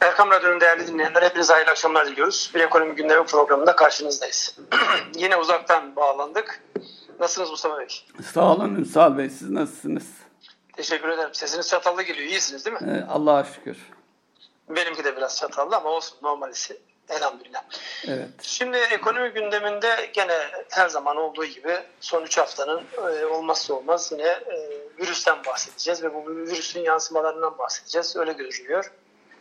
Erkam Radyo'nun değerli dinleyenler, hepinize hayırlı akşamlar diliyoruz. Bir ekonomi gündemi programında karşınızdayız. Yine uzaktan bağlandık. Nasılsınız Mustafa Bey? Sağ olun Ünsal Bey, siz nasılsınız? Teşekkür ederim. Sesiniz çatallı geliyor, iyisiniz değil mi? Allah'a şükür. Benimki de biraz çatallı ama olsun, normalisi. Elhamdülillah. Evet. Şimdi ekonomi gündeminde gene her zaman olduğu gibi son 3 haftanın olmazsa olmaz yine virüsten bahsedeceğiz ve bu virüsün yansımalarından bahsedeceğiz. Öyle görünüyor.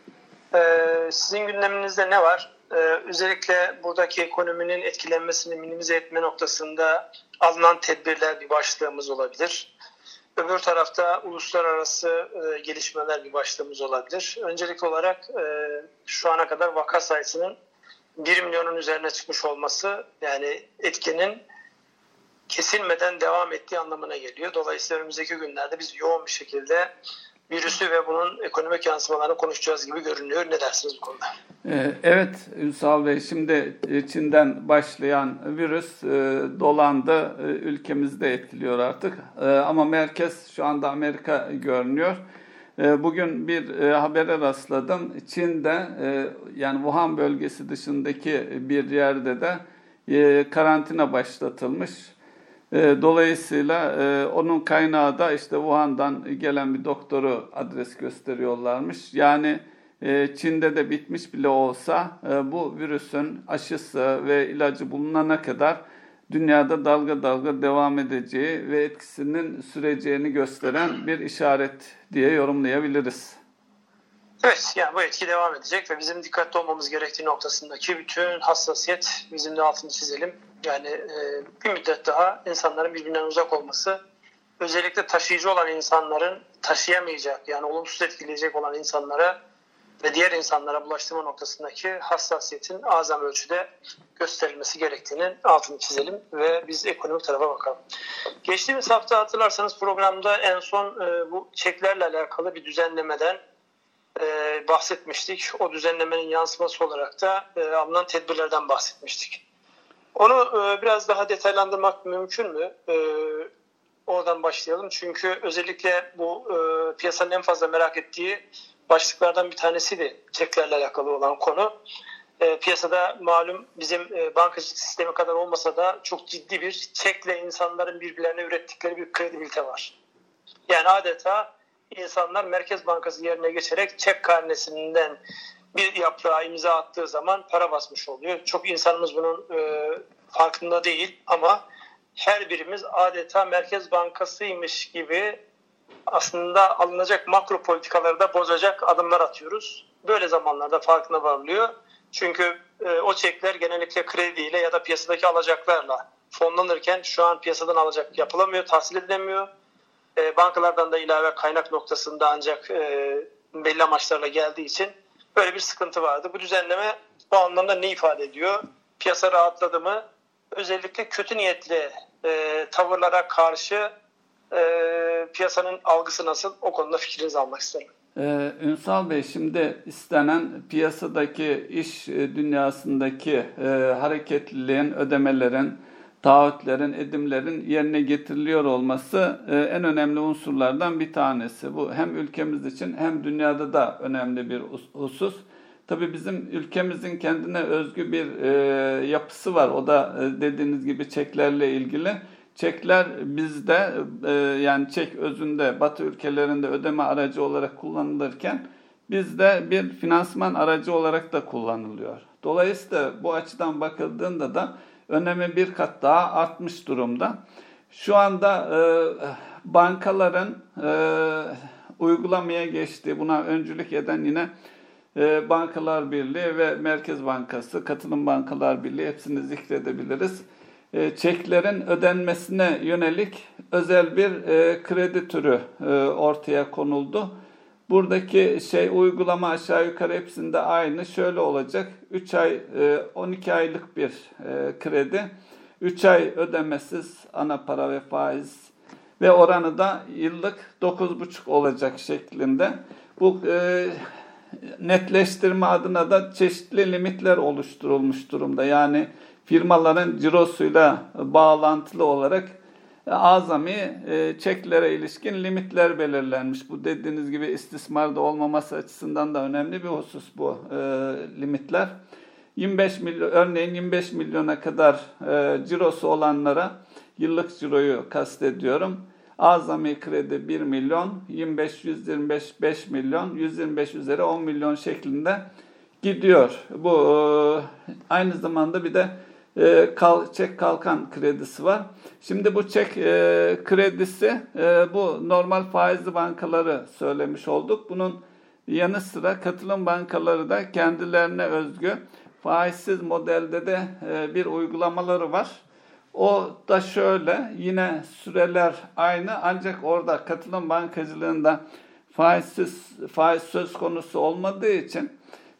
Sizin gündeminizde ne var? Özellikle buradaki ekonominin etkilenmesini minimize etme noktasında alınan tedbirler bir başlığımız olabilir. Öbür tarafta uluslararası gelişmeler bir başlığımız olabilir. Öncelikli olarak şu ana kadar vaka sayısının 1 milyonun üzerine çıkmış olması, yani etkinin kesilmeden devam ettiği anlamına geliyor. Dolayısıyla önümüzdeki günlerde biz yoğun bir şekilde virüsü ve bunun ekonomik yansımalarını konuşacağız gibi görünüyor. Ne dersiniz bu konuda? Evet Ünsal Bey, şimdi Çin'den başlayan virüs dolandı, ülkemizde etkiliyor artık. Ama merkez şu anda Amerika görünüyor. Bugün bir habere rastladım. Çin'de yani Wuhan bölgesi dışındaki bir yerde de karantina başlatılmış. Dolayısıyla onun kaynağı da işte Wuhan'dan gelen bir doktoru adres gösteriyorlarmış. Yani Çin'de de bitmiş bile olsa bu virüsün aşısı ve ilacı bulunana kadar dünyada dalga dalga devam edeceği ve etkisinin süreceğini gösteren bir işaret diye yorumlayabiliriz. Evet, yani bu etki devam edecek ve bizim dikkatli olmamız gerektiği noktasındaki bütün hassasiyet, bizim de altını çizelim. Yani bir müddet daha insanların birbirinden uzak olması, özellikle taşıyıcı olan insanların taşıyamayacak, yani olumsuz etkileyecek olan insanlara ve diğer insanlara bulaştırma noktasındaki hassasiyetin azam ölçüde gösterilmesi gerektiğinin altını çizelim ve biz ekonomik tarafa bakalım. Geçtiğimiz hafta hatırlarsanız programda en son bu çeklerle alakalı bir düzenlemeden bahsetmiştik. O düzenlemenin yansıması olarak da alınan tedbirlerden bahsetmiştik. Onu biraz daha detaylandırmak mümkün mü? Oradan başlayalım. Çünkü özellikle bu piyasanın en fazla merak ettiği başlıklardan bir tanesiydi çeklerle alakalı olan konu. Piyasada malum bizim bankacılık sistemi kadar olmasa da çok ciddi bir çekle insanların birbirlerine ürettikleri bir kredibilite var. Yani adeta insanlar Merkez Bankası yerine geçerek çek karnesinden bir yapıya imza attığı zaman para basmış oluyor. Çok insanımız bunun farkında değil ama her birimiz adeta Merkez Bankasıymış gibi aslında alınacak makro politikaları da bozacak adımlar atıyoruz. Böyle zamanlarda farkına varılıyor. Çünkü o çekler genellikle krediyle ya da piyasadaki alacaklarla fonlanırken şu an piyasadan alacak yapılamıyor, tahsil edilemiyor. Bankalardan da ilave kaynak noktasında ancak belli amaçlarla geldiği için böyle bir sıkıntı vardı. Bu düzenleme bu anlamda ne ifade ediyor? Piyasa rahatladı mı? Özellikle kötü niyetli tavırlara karşı piyasanın algısı nasıl? O konuda fikrinizi almak isterim. Ünsal Bey, şimdi istenen piyasadaki iş dünyasındaki hareketliliğin, ödemelerin, taahhütlerin, edimlerin yerine getiriliyor olması en önemli unsurlardan bir tanesi. Bu hem ülkemiz için hem dünyada da önemli bir husus. Tabii bizim ülkemizin kendine özgü bir yapısı var. O da dediğiniz gibi çeklerle ilgili. Çekler bizde yani çek özünde Batı ülkelerinde ödeme aracı olarak kullanılırken bizde bir finansman aracı olarak da kullanılıyor. Dolayısıyla bu açıdan bakıldığında da önemi bir kat daha artmış durumda. Şu anda bankaların uygulamaya geçtiği, buna öncülük eden yine Bankalar Birliği ve Merkez Bankası, Katılım Bankalar Birliği, hepsini zikredebiliriz. Çeklerin ödenmesine yönelik özel bir kredi türü ortaya konuldu. Buradaki uygulama aşağı yukarı hepsinde aynı. Şöyle olacak: 3 ay 12 aylık bir kredi, 3 ay ödemesiz ana para ve faiz ve oranı da yıllık 9,5 olacak şeklinde. Bu netleştirme adına da çeşitli limitler oluşturulmuş durumda. Yani firmaların cirosuyla bağlantılı olarak azami çeklere ilişkin limitler belirlenmiş. Bu dediğiniz gibi istismarda olmaması açısından da önemli bir husus bu limitler. 25 milyon, örneğin 25 milyona kadar cirosu olanlara, yıllık ciroyu kastediyorum, azami kredi 1 milyon, 25, 125, 5 milyon, 125 üzeri 10 milyon şeklinde gidiyor. Bu aynı zamanda bir de çek kalkan kredisi var. Şimdi bu çek kredisi, bu normal faizli bankaları söylemiş olduk. Bunun yanı sıra katılım bankaları da kendilerine özgü faizsiz modelde de bir uygulamaları var. O da şöyle, yine süreler aynı, ancak orada katılım bankacılığında faiz söz konusu olmadığı için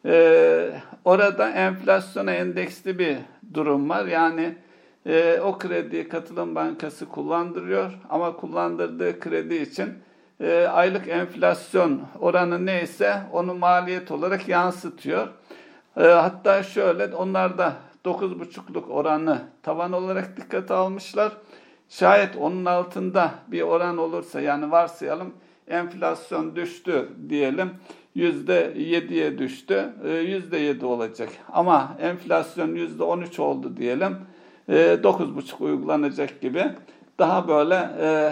orada enflasyona endeksli bir durum var. Yani o krediyi katılım bankası kullandırıyor ama kullandırdığı kredi için aylık enflasyon oranı neyse onu maliyet olarak yansıtıyor. Hatta şöyle, onlar da 9,5'luk oranı tavan olarak dikkate almışlar. Şayet onun altında bir oran olursa, yani varsayalım enflasyon düştü diyelim, %7'ye düştü, %7 olacak. Ama enflasyon %13 oldu diyelim, 9,5 uygulanacak gibi daha böyle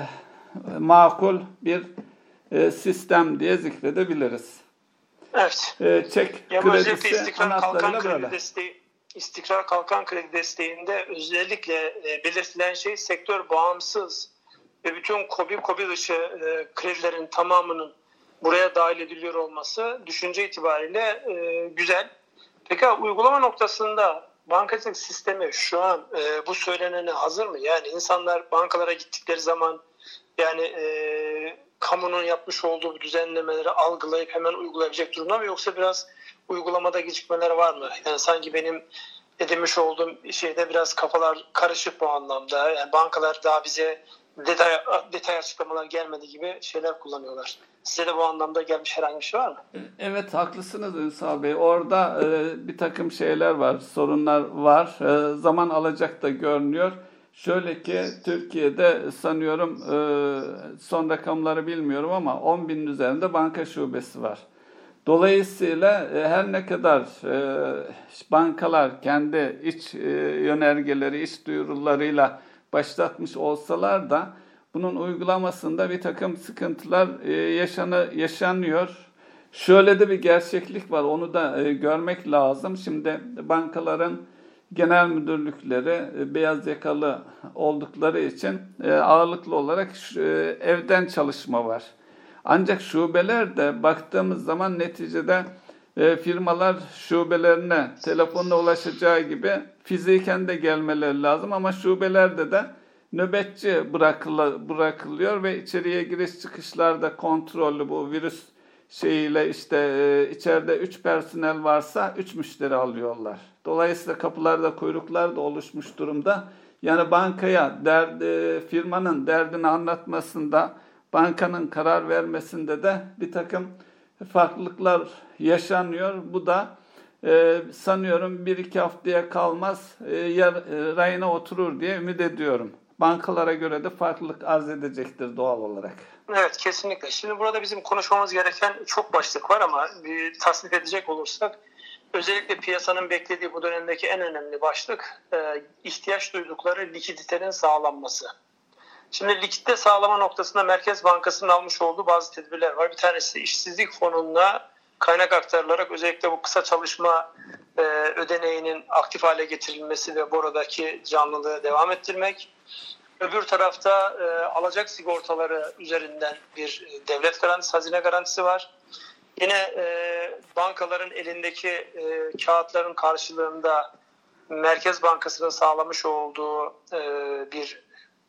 makul bir sistem diye zikredebiliriz. Evet. Çek kredisi anahtarıyla böyle. İstikrar kalkan kredi desteğinde özellikle belirtilen şey sektör bağımsız ve bütün KOBİ dışı kredilerin tamamının buraya dahil ediliyor olması düşünce itibariyle güzel. Peki uygulama noktasında bankacılık sistemi şu an bu söylenene hazır mı? Yani insanlar bankalara gittikleri zaman yani kamunun yapmış olduğu düzenlemeleri algılayıp hemen uygulayabilecek durumda mı, yoksa biraz uygulamada gecikmeler var mı? Yani sanki benim demiş olduğum şeyde biraz kafalar karışık bu anlamda. Yani bankalar daha bize detay açıklamalar gelmedi gibi şeyler kullanıyorlar. Size de bu anlamda gelmiş herhangi bir şey var mı? Evet, haklısınız Ünsal Bey. Orada bir takım şeyler var, sorunlar var. Zaman alacak da görünüyor. Şöyle ki Türkiye'de sanıyorum son rakamları bilmiyorum ama 10.000'in üzerinde banka şubesi var. Dolayısıyla her ne kadar bankalar kendi iç yönergeleri, iç duyurularıyla başlatmış olsalar da bunun uygulamasında bir takım sıkıntılar yaşanıyor. Şöyle de bir gerçeklik var, onu da görmek lazım. Şimdi bankaların genel müdürlükleri beyaz yakalı oldukları için ağırlıklı olarak evden çalışma var. Ancak şubelerde baktığımız zaman neticede firmalar şubelerine telefonla ulaşacağı gibi fiziken de gelmeleri lazım ama şubelerde de nöbetçi bırakılıyor ve içeriye giriş çıkışlarda kontrollü, bu virüs şeyiyle işte içeride 3 personel varsa 3 müşteri alıyorlar. Dolayısıyla kapılarda kuyruklar da oluşmuş durumda. Yani bankaya firmanın derdini anlatmasında, bankanın karar vermesinde de bir takım farklılıklar yaşanıyor. Bu da sanıyorum 1-2 haftaya kalmaz, rayına oturur diye ümit ediyorum. Bankalara göre de farklılık arz edecektir doğal olarak. Evet, kesinlikle. Şimdi burada bizim konuşmamız gereken çok başlık var ama bir tasnif edecek olursak özellikle piyasanın beklediği bu dönemdeki en önemli başlık ihtiyaç duydukları likiditenin sağlanması. Şimdi likidite sağlama noktasında Merkez Bankası'nın almış olduğu bazı tedbirler var. Bir tanesi işsizlik fonuna kaynak aktarılarak özellikle bu kısa çalışma ödeneğinin aktif hale getirilmesi ve buradaki canlılığı devam ettirmek. Öbür tarafta alacak sigortaları üzerinden bir devlet garantisi, hazine garantisi var. Yine bankaların elindeki kağıtların karşılığında Merkez Bankası'nın sağlamış olduğu bir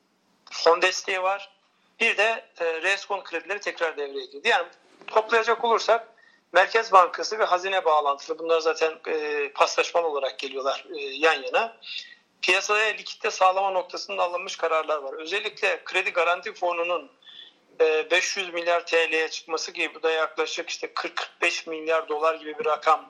fon desteği var. Bir de reskont kredileri tekrar devreye girdi. Yani toplayacak olursak Merkez Bankası ve hazine bağlantılı, bunlar zaten paslaşmalı olarak geliyorlar yan yana. Piyasaya likidite sağlama noktasında alınmış kararlar var. Özellikle kredi garanti fonunun 500 milyar TL'ye çıkması gibi, bu da yaklaşık işte 40-45 milyar dolar gibi bir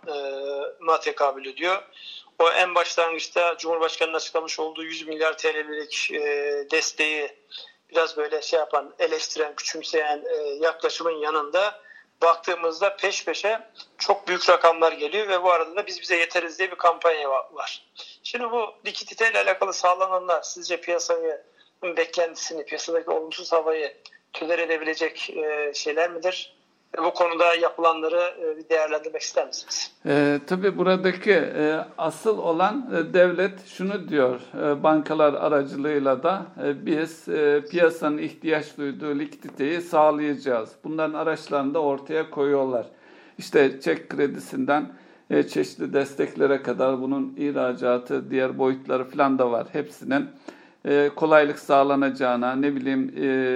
rakama tekabül ediyor. O en başlangıçta Cumhurbaşkanı'nın açıklamış olduğu 100 milyar TL'lik desteği biraz böyle şey yapan, eleştiren, küçümseyen yaklaşımın yanında baktığımızda peş peşe çok büyük rakamlar geliyor ve bu arada da biz bize yeteriz diye bir kampanya var. Şimdi bu likidite ile alakalı sağlananlar sizce piyasanın beklentisini, piyasadaki olumsuz havayı tolere edebilecek şeyler midir? Bu konuda yapılanları bir değerlendirmek ister misiniz? Tabii buradaki asıl olan devlet şunu diyor, bankalar aracılığıyla da biz piyasanın ihtiyaç duyduğu likiditeyi sağlayacağız. Bunların araçlarını da ortaya koyuyorlar. İşte çek kredisinden çeşitli desteklere kadar bunun ihracatı, diğer boyutları falan da var. Hepsinin kolaylık sağlanacağına, ne bileyim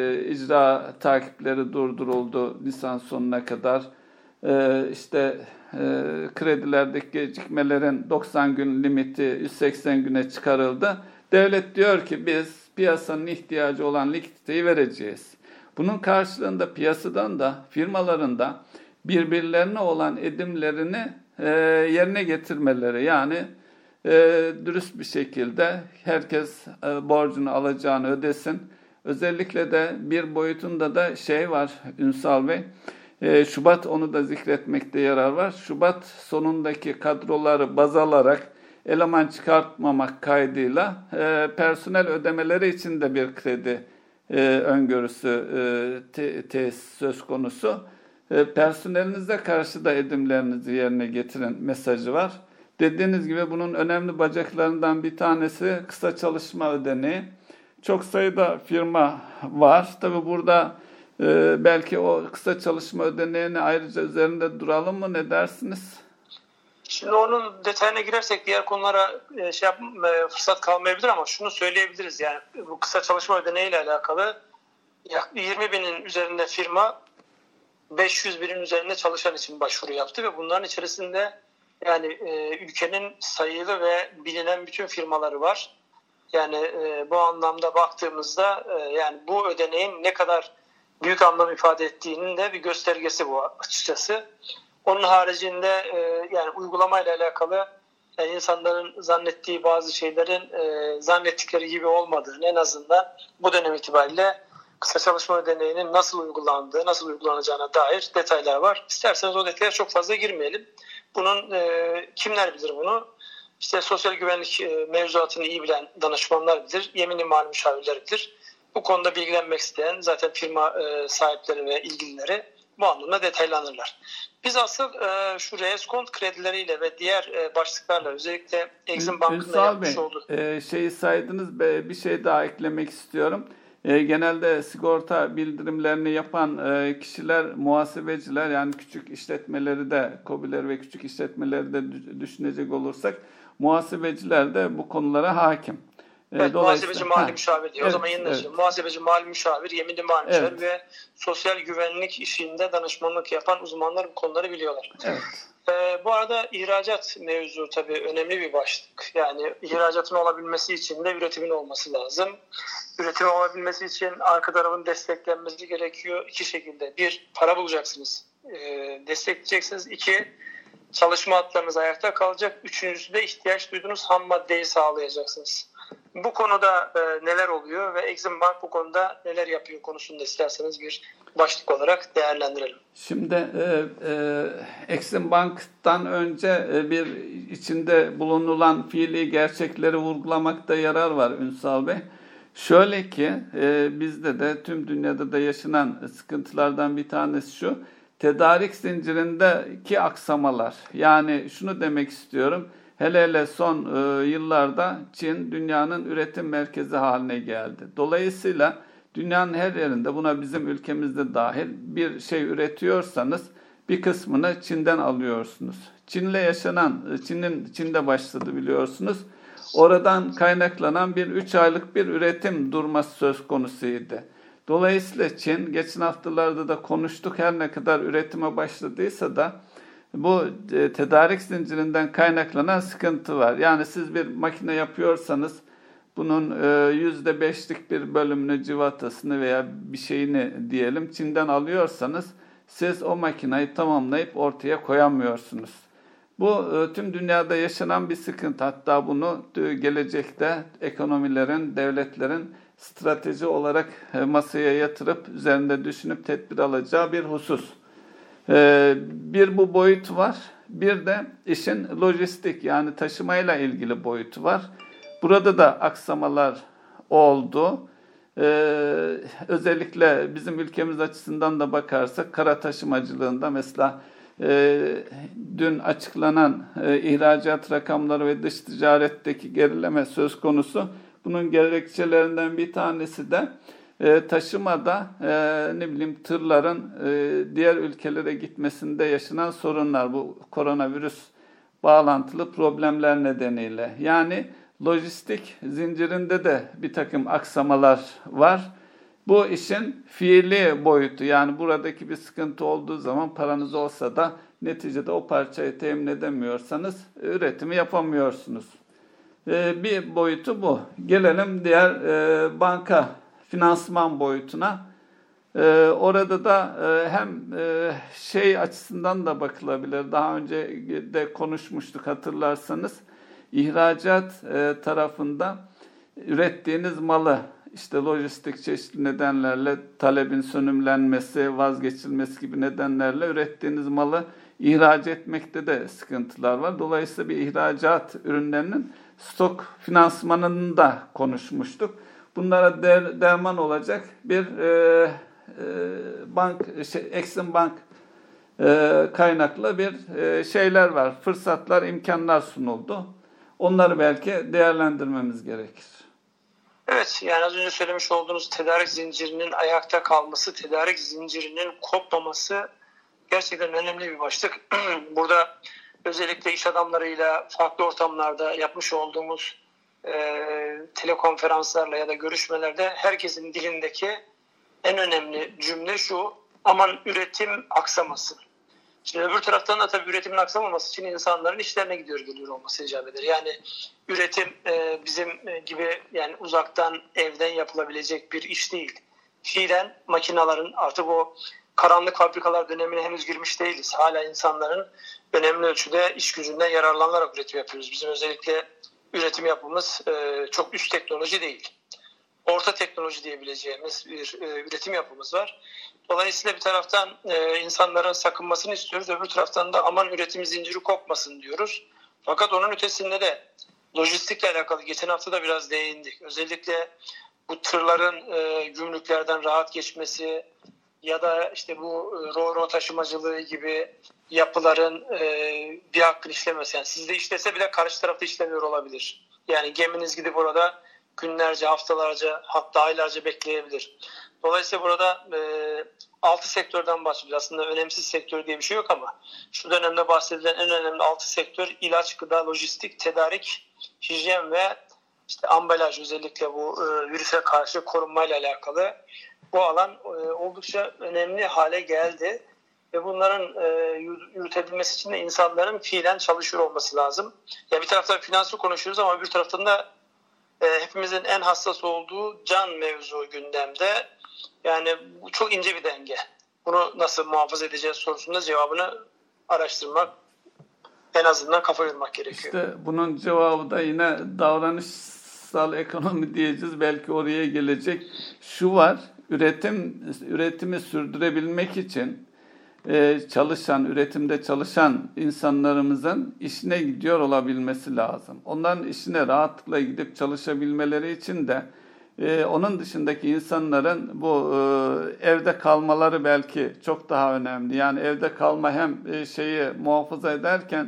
icra takipleri durduruldu Nisan sonuna kadar. İşte kredilerdeki gecikmelerin 90 gün limiti 180 güne çıkarıldı. Devlet diyor ki biz piyasanın ihtiyacı olan likiditeyi vereceğiz. Bunun karşılığında piyasadan da firmaların da birbirlerine olan edimlerini yerine getirmeleri, yani dürüst bir şekilde herkes borcunu alacağını ödesin. Özellikle de bir boyutunda da şey var Ünsal Bey, Şubat, onu da zikretmekte yarar var. Şubat sonundaki kadroları baz alarak eleman çıkartmamak kaydıyla personel ödemeleri için de bir kredi öngörüsü tesis söz konusu. Personelinize karşı da edimlerinizi yerine getirin mesajı var. Dediğiniz gibi bunun önemli bacaklarından bir tanesi kısa çalışma ödeneği. Çok sayıda firma var. Tabii burada belki o kısa çalışma ödeneğini ayrıca üzerinde duralım mı? Ne dersiniz? Şimdi onun detayına girersek diğer konulara fırsat kalmayabilir ama şunu söyleyebiliriz. Yani bu kısa çalışma ödeneği ile alakalı 20 binin üzerinde firma 500 binin üzerinde çalışan için başvuru yaptı ve bunların içerisinde yani ülkenin sayılı ve bilinen bütün firmaları var. Yani bu anlamda baktığımızda yani bu ödeneğin ne kadar büyük anlam ifade ettiğinin de bir göstergesi bu açıkçası. Onun haricinde yani uygulamayla alakalı yani insanların zannettiği bazı şeylerin zannettikleri gibi olmadığını, en azından bu dönem itibariyle kısa çalışma ödeneğinin nasıl uygulandığı, nasıl uygulanacağına dair detaylar var. İsterseniz o detaya çok fazla girmeyelim. Bunun kimler bilir bunu? İşte sosyal güvenlik mevzuatını iyi bilen danışmanlar bilir, yeminli mali müşavirler bilir. Bu konuda bilgilenmek isteyen zaten firma sahipleri ve ilgilileri bu anlamda detaylanırlar. Biz asıl şu reskont kredileriyle ve diğer başlıklarla özellikle Exim Bank'ın yapmış olduğu... Şeyi saydınız, bir şey daha eklemek istiyorum. Genelde sigorta bildirimlerini yapan kişiler, muhasebeciler, yani küçük işletmeleri de, KOBİ'leri ve küçük işletmeleri de düşünecek olursak, muhasebeciler de bu konulara hakim. Evet, muhasebeci mali müşavir diyor. Evet, o zaman yeniden muhasebeci mali müşavir, yeminli mali müşavir ve sosyal güvenlik işinde danışmanlık yapan uzmanlar bu konuları biliyorlar. Evet. Bu arada ihracat mevzu tabii önemli bir başlık. Yani ihracatın olabilmesi için de üretimin olması lazım. Üretimin olabilmesi için arka tarafın desteklenmesi gerekiyor. İki şekilde. Bir, para bulacaksınız. Destekleyeceksiniz. İki, çalışma hatlarınız ayakta kalacak. Üçüncüsü de ihtiyaç duyduğunuz ham maddeyi sağlayacaksınız. Bu konuda neler oluyor ve Exim Bank bu konuda neler yapıyor konusunda isterseniz bir başlık olarak değerlendirelim. Şimdi Exim Bank'tan önce bir içinde bulunulan fiili gerçekleri vurgulamakta yarar var Ünsal Bey. Şöyle ki bizde de tüm dünyada da yaşanan sıkıntılardan bir tanesi şu: tedarik zincirindeki aksamalar. Yani şunu demek istiyorum. Hele son yıllarda Çin dünyanın üretim merkezi haline geldi. Dolayısıyla dünyanın her yerinde, buna bizim ülkemizde dahil, bir şey üretiyorsanız bir kısmını Çin'den alıyorsunuz. Çin'de başladı biliyorsunuz. Oradan kaynaklanan 3 aylık bir üretim durması söz konusuydu. Dolayısıyla Çin, geçen haftalarda da konuştuk, her ne kadar üretime başladıysa da bu tedarik zincirinden kaynaklanan sıkıntı var. Yani siz bir makine yapıyorsanız bunun %5'lik bir bölümünü, civatasını veya bir şeyini diyelim Çin'den alıyorsanız siz o makineyi tamamlayıp ortaya koyamıyorsunuz. Bu tüm dünyada yaşanan bir sıkıntı. Hatta bunu gelecekte ekonomilerin, devletlerin strateji olarak masaya yatırıp üzerinde düşünüp tedbir alacağı bir husus. Bir bu boyut var. Bir de işin lojistik yani taşımayla ilgili boyutu var. Burada da aksamalar oldu. Özellikle bizim ülkemiz açısından da bakarsak kara taşımacılığında mesela dün açıklanan ihracat rakamları ve dış ticaretteki gerileme söz konusu. Bunun gerekçelerinden bir tanesi de taşımada tırların diğer ülkelere gitmesinde yaşanan sorunlar, bu koronavirüs bağlantılı problemler nedeniyle. Yani lojistik zincirinde de bir takım aksamalar var. Bu işin fiili boyutu, yani buradaki bir sıkıntı olduğu zaman paranız olsa da neticede o parçayı temin edemiyorsanız üretimi yapamıyorsunuz. Bir boyutu bu. Gelelim diğer banka finansman boyutuna. Orada da hem açısından da bakılabilir. Daha önce de konuşmuştuk hatırlarsanız. İhracat tarafında ürettiğiniz malı işte lojistik çeşitli nedenlerle talebin sönümlenmesi, vazgeçilmesi gibi nedenlerle ürettiğiniz malı ihraç etmekte de sıkıntılar var. Dolayısıyla bir ihracat ürünlerinin stok finansmanını da konuşmuştuk. Bunlara derman olacak bir Exim Bank kaynaklı bir şeyler var. Fırsatlar, imkanlar sunuldu. Onları belki değerlendirmemiz gerekir. Evet, yani az önce söylemiş olduğunuz tedarik zincirinin ayakta kalması, tedarik zincirinin kopmaması gerçekten önemli bir başlık. Burada özellikle iş adamlarıyla farklı ortamlarda yapmış olduğumuz telekonferanslarla ya da görüşmelerde herkesin dilindeki en önemli cümle şu: aman üretim aksamasın. Şimdi öbür taraftan da tabii üretimin aksamaması için insanların işlerine geliyor olması icap eder. Yani üretim bizim gibi yani uzaktan, evden yapılabilecek bir iş değil. Fiilen makinelerin artık o karanlık fabrikalar dönemine henüz girmiş değiliz. Hala insanların önemli ölçüde iş gücünden yararlanarak üretim yapıyoruz. Bizim özellikle üretim yapımız çok üst teknoloji değil. Orta teknoloji diyebileceğimiz bir üretim yapımız var. Dolayısıyla bir taraftan insanların sakınmasını istiyoruz. Öbür taraftan da aman üretim zinciri kopmasın diyoruz. Fakat onun ötesinde de lojistikle alakalı geçen hafta da biraz değindik. Özellikle bu tırların gümrüklerden rahat geçmesi ya da işte bu ro-ro taşımacılığı gibi yapıların bir hakkın işlemesi. Yani sizde işlese bile karşı tarafta işlemiyor olabilir. Yani geminiz gidip orada günlerce, haftalarca, hatta aylarca bekleyebilir. Dolayısıyla burada 6 sektörden bahsediyoruz. Aslında önemsiz sektör diye bir şey yok ama şu dönemde bahsedilen en önemli 6 sektör: ilaç, gıda, lojistik, tedarik, hijyen ve işte ambalaj, özellikle bu virüse karşı korunmayla alakalı. Bu alan oldukça önemli hale geldi ve bunların yürütebilmesi için de insanların fiilen çalışıyor olması lazım. Ya bir taraftan finansı konuşuyoruz ama bir taraftan da hepimizin en hassas olduğu can mevzu gündemde. Yani bu çok ince bir denge. Bunu nasıl muhafaza edeceğiz sorusunda cevabını araştırmak, en azından kafa yormak gerekiyor. İşte bunun cevabı da yine davranışsal ekonomi diyeceğiz. Belki oraya gelecek. Şu var, üretimi sürdürebilmek için üretimde çalışan insanlarımızın işine gidiyor olabilmesi lazım. Onların işine rahatlıkla gidip çalışabilmeleri için de onun dışındaki insanların bu evde kalmaları belki çok daha önemli. Yani evde kalma hem şeyi muhafaza ederken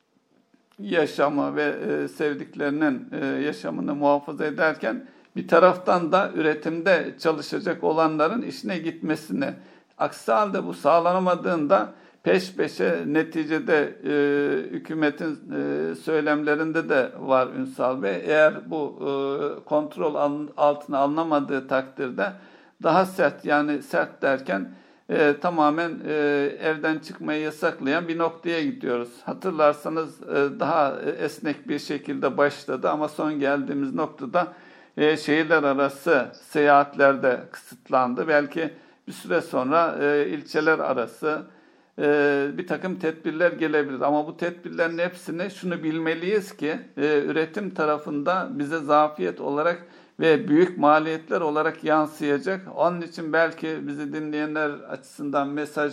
yaşamı ve sevdiklerinin yaşamını muhafaza ederken bir taraftan da üretimde çalışacak olanların işine gitmesini. Aksi halde bu sağlanamadığında peş peşe neticede hükümetin söylemlerinde de var Ünsal Bey. Eğer bu kontrol altına alınamadığı takdirde daha sert, yani sert derken tamamen evden çıkmayı yasaklayan bir noktaya gidiyoruz. Hatırlarsanız daha esnek bir şekilde başladı ama son geldiğimiz noktada şehirler arası seyahatlerde kısıtlandı. Belki bir süre sonra ilçeler arası bir takım tedbirler gelebilir. Ama bu tedbirlerin hepsini şunu bilmeliyiz ki üretim tarafında bize zafiyet olarak ve büyük maliyetler olarak yansıyacak. Onun için belki bizi dinleyenler açısından mesaj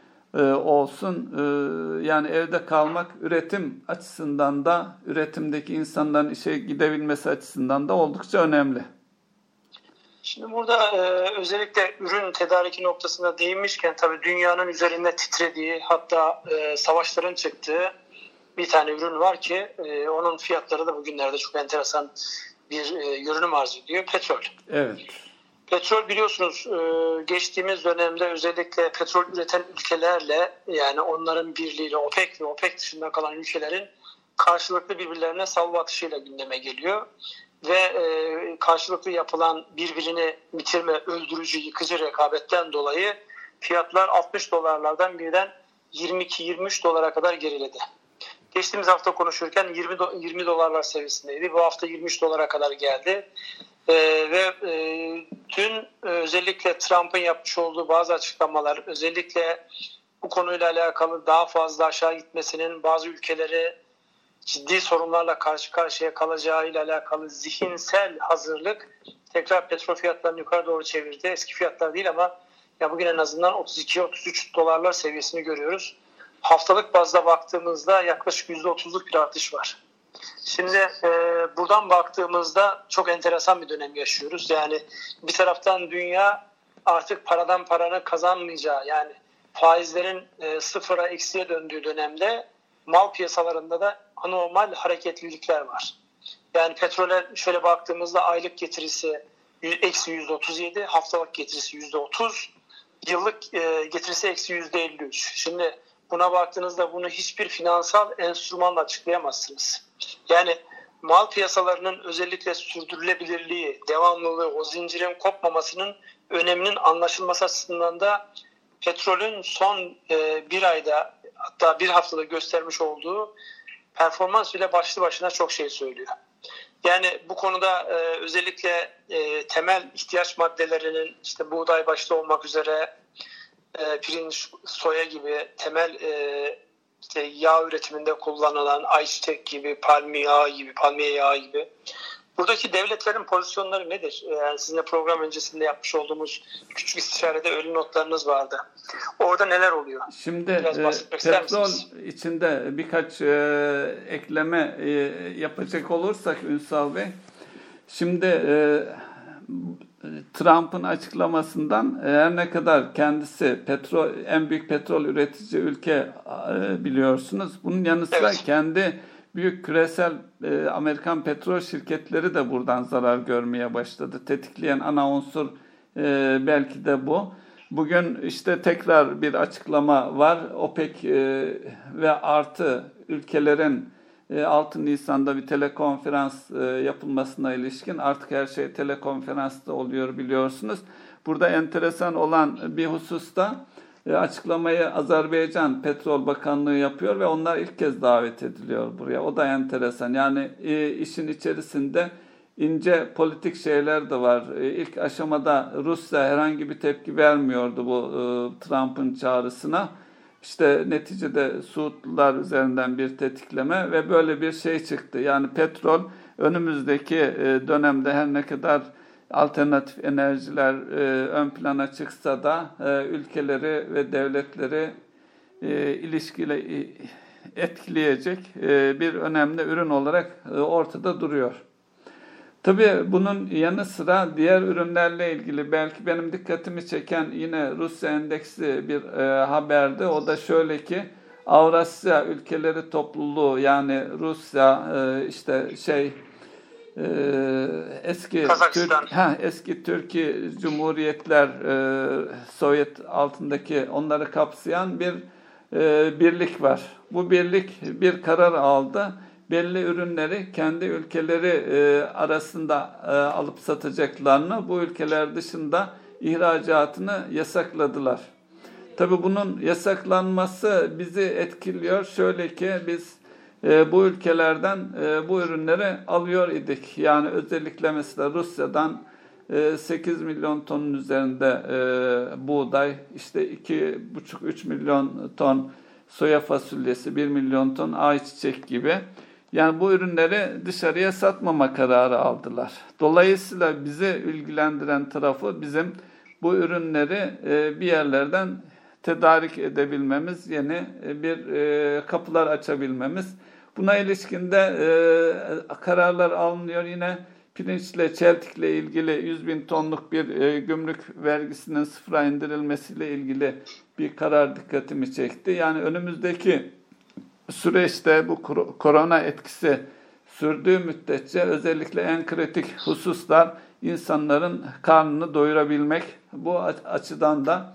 olsun. Yani evde kalmak üretim açısından da, üretimdeki insanların işe gidebilmesi açısından da oldukça önemli. Şimdi burada özellikle ürün tedariki noktasında değinmişken tabii dünyanın üzerinde titrediği, hatta savaşların çıktığı bir tane ürün var ki onun fiyatları da bugünlerde çok enteresan bir görünüm arz ediyor. Petrol. Evet. Petrol biliyorsunuz geçtiğimiz dönemde özellikle petrol üreten ülkelerle, yani onların birliğiyle OPEC ve OPEC dışında kalan ülkelerin karşılıklı birbirlerine salvo atışıyla gündeme geliyor. Ve karşılıklı yapılan birbirini bitirme, öldürücü, yıkıcı rekabetten dolayı fiyatlar 60 dolarlardan birden 22-23 dolara kadar geriledi. Geçtiğimiz hafta konuşurken 20 dolarlar seviyesindeydi. Bu hafta 23 dolara kadar geldi. Ve dün özellikle Trump'ın yapmış olduğu bazı açıklamalar, özellikle bu konuyla alakalı daha fazla aşağı gitmesinin bazı ülkeleri ciddi sorunlarla karşı karşıya kalacağıyla alakalı zihinsel hazırlık tekrar petrol fiyatlarını yukarı doğru çevirdi. Eski fiyatlar değil ama ya bugün en azından 32-33 dolarlar seviyesini görüyoruz. Haftalık bazda baktığımızda yaklaşık %30'luk bir artış var. Şimdi buradan baktığımızda çok enteresan bir dönem yaşıyoruz. Yani bir taraftan dünya artık paradan paranı kazanmayacağı, yani faizlerin sıfıra eksiye döndüğü dönemde mal piyasalarında da anormal hareketlilikler var. Yani petrole şöyle baktığımızda aylık getirisi eksi %37, haftalık getirisi %30, yıllık getirisi eksi %53. Şimdi buna baktığınızda bunu hiçbir finansal enstrümanla açıklayamazsınız. Yani mal piyasalarının özellikle sürdürülebilirliği, devamlılığı, o zincirin kopmamasının öneminin anlaşılması açısından da petrolün son bir ayda, hatta bir haftada göstermiş olduğu performans bile başlı başına çok şey söylüyor. Yani bu konuda özellikle temel ihtiyaç maddelerinin, işte buğday başta olmak üzere pirinç, soya gibi temel işte yağ üretiminde kullanılan ayçiçek gibi, palmiye yağı gibi. Buradaki devletlerin pozisyonları nedir? Yani sizinle program öncesinde yapmış olduğumuz küçük istişarede ölü notlarınız vardı. Orada neler oluyor? Şimdi petrol içinde birkaç ekleme yapacak olursak Ünsal Bey, şimdi Trump'ın açıklamasından her ne kadar kendisi en büyük petrol üretici ülke biliyorsunuz. Bunun yanı sıra evet, kendi büyük küresel Amerikan petrol şirketleri de buradan zarar görmeye başladı. Tetikleyen ana unsur belki de bu. Bugün işte tekrar bir açıklama var. OPEC ve artı ülkelerin 6 Nisan'da bir telekonferans yapılmasına ilişkin, artık her şey telekonferansta oluyor biliyorsunuz. Burada enteresan olan bir hususta açıklamayı Azerbaycan Petrol Bakanlığı yapıyor ve onlar ilk kez davet ediliyor buraya. O da enteresan. Yani işin içerisinde ince politik şeyler de var. İlk aşamada Rusya herhangi bir tepki vermiyordu bu Trump'ın çağrısına. İşte neticede Suudlular üzerinden bir tetikleme ve böyle bir şey çıktı. Yani petrol önümüzdeki dönemde her ne kadar alternatif enerjiler ön plana çıksa da ülkeleri ve devletleri ilişkiyle etkileyecek bir önemli ürün olarak ortada duruyor. Tabii bunun yanı sıra diğer ürünlerle ilgili belki benim dikkatimi çeken yine Rusya endeksi bir haberdi. O da şöyle ki Avrasya ülkeleri topluluğu, yani Rusya, işte eski Türkiye Cumhuriyetler, Sovyet altındaki onları kapsayan bir birlik var. Bu birlik bir karar aldı. Belli ürünleri kendi ülkeleri arasında alıp satacaklarını, bu ülkeler dışında ihracatını yasakladılar. Tabii bunun yasaklanması bizi etkiliyor. Şöyle ki biz bu ülkelerden bu ürünleri alıyor idik. Yani özellikle mesela Rusya'dan 8 milyon tonun üzerinde buğday, işte 2,5-3 milyon ton soya fasulyesi, 1 milyon ton ayçiçek gibi Yani bu ürünleri dışarıya satmama kararı aldılar. Dolayısıyla bizi ilgilendiren tarafı bizim bu ürünleri bir yerlerden tedarik edebilmemiz, yeni bir kapılar açabilmemiz. Buna ilişkin de kararlar alınıyor. Yine pirinçle, çeltikle ilgili 100.000 tonluk bir gümrük vergisinin sıfıra indirilmesiyle ilgili bir karar dikkatimi çekti. Yani önümüzdeki süreçte bu korona etkisi sürdüğü müddetçe özellikle en kritik hususlar insanların karnını doyurabilmek. Bu açıdan da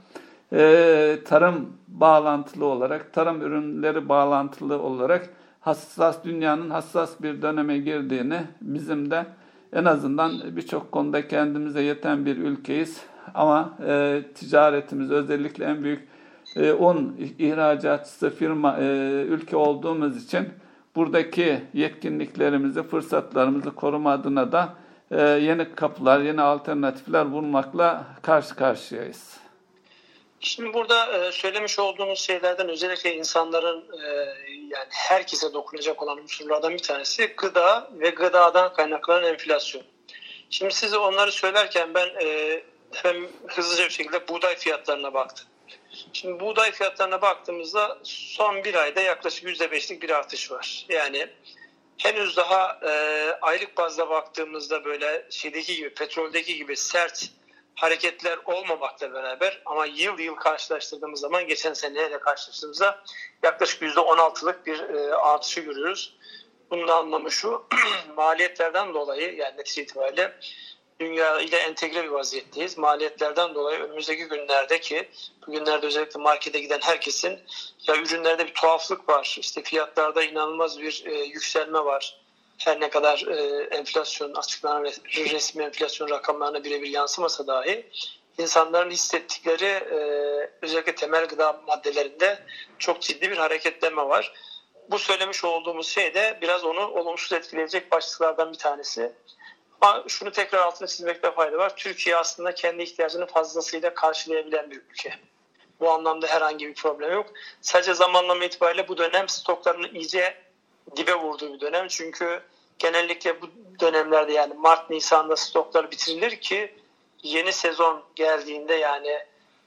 tarım bağlantılı olarak, tarım ürünleri bağlantılı olarak dünyanın hassas bir döneme girdiğini, bizim de en azından birçok konuda kendimize yeten bir ülkeyiz. Ama ticaretimiz, özellikle en büyük un ihracatçısı ülke olduğumuz için buradaki yetkinliklerimizi, fırsatlarımızı koruma adına da yeni kapılar, yeni alternatifler bulmakla karşı karşıyayız. Şimdi burada söylemiş olduğunuz şeylerden özellikle insanların yani herkese dokunacak olan unsurlardan bir tanesi gıda ve gıdadan kaynaklanan enflasyon. Şimdi size onları söylerken ben hemen hızlıca bir şekilde buğday fiyatlarına baktım. Şimdi buğday fiyatlarına baktığımızda son bir ayda yaklaşık %5'lik bir artış var. Yani henüz daha aylık bazda baktığımızda böyle şeydeki gibi, petroldeki gibi sert hareketler olmamakla beraber ama yıl karşılaştırdığımız zaman geçen seneyle karşılaştırdığımızda yaklaşık %16'lık bir artışı görüyoruz. Bunun anlamı şu, maliyetlerden dolayı yani netice itibariyle dünya ile entegre bir vaziyetteyiz. Maliyetlerden dolayı önümüzdeki günlerdeki, bugünlerde özellikle markete giden herkesin ya ürünlerde bir tuhaflık var, işte fiyatlarda inanılmaz bir yükselme var. Her ne kadar enflasyon açıklanan resmi enflasyon rakamlarına birebir yansımasa dahi insanların hissettikleri özellikle temel gıda maddelerinde çok ciddi bir hareketlenme var. Bu söylemiş olduğumuz şey de biraz onu olumsuz etkileyecek başlıklardan bir tanesi. Ama şunu tekrar altını çizmekte fayda var. Türkiye aslında kendi ihtiyacını fazlasıyla karşılayabilen bir ülke. Bu anlamda herhangi bir problem yok. Sadece zamanlama itibariyle bu dönem stoklarını iyice dibe vurduğu bir dönem. Çünkü genellikle bu dönemlerde yani Mart-Nisan'da stoklar bitirilir ki yeni sezon geldiğinde yani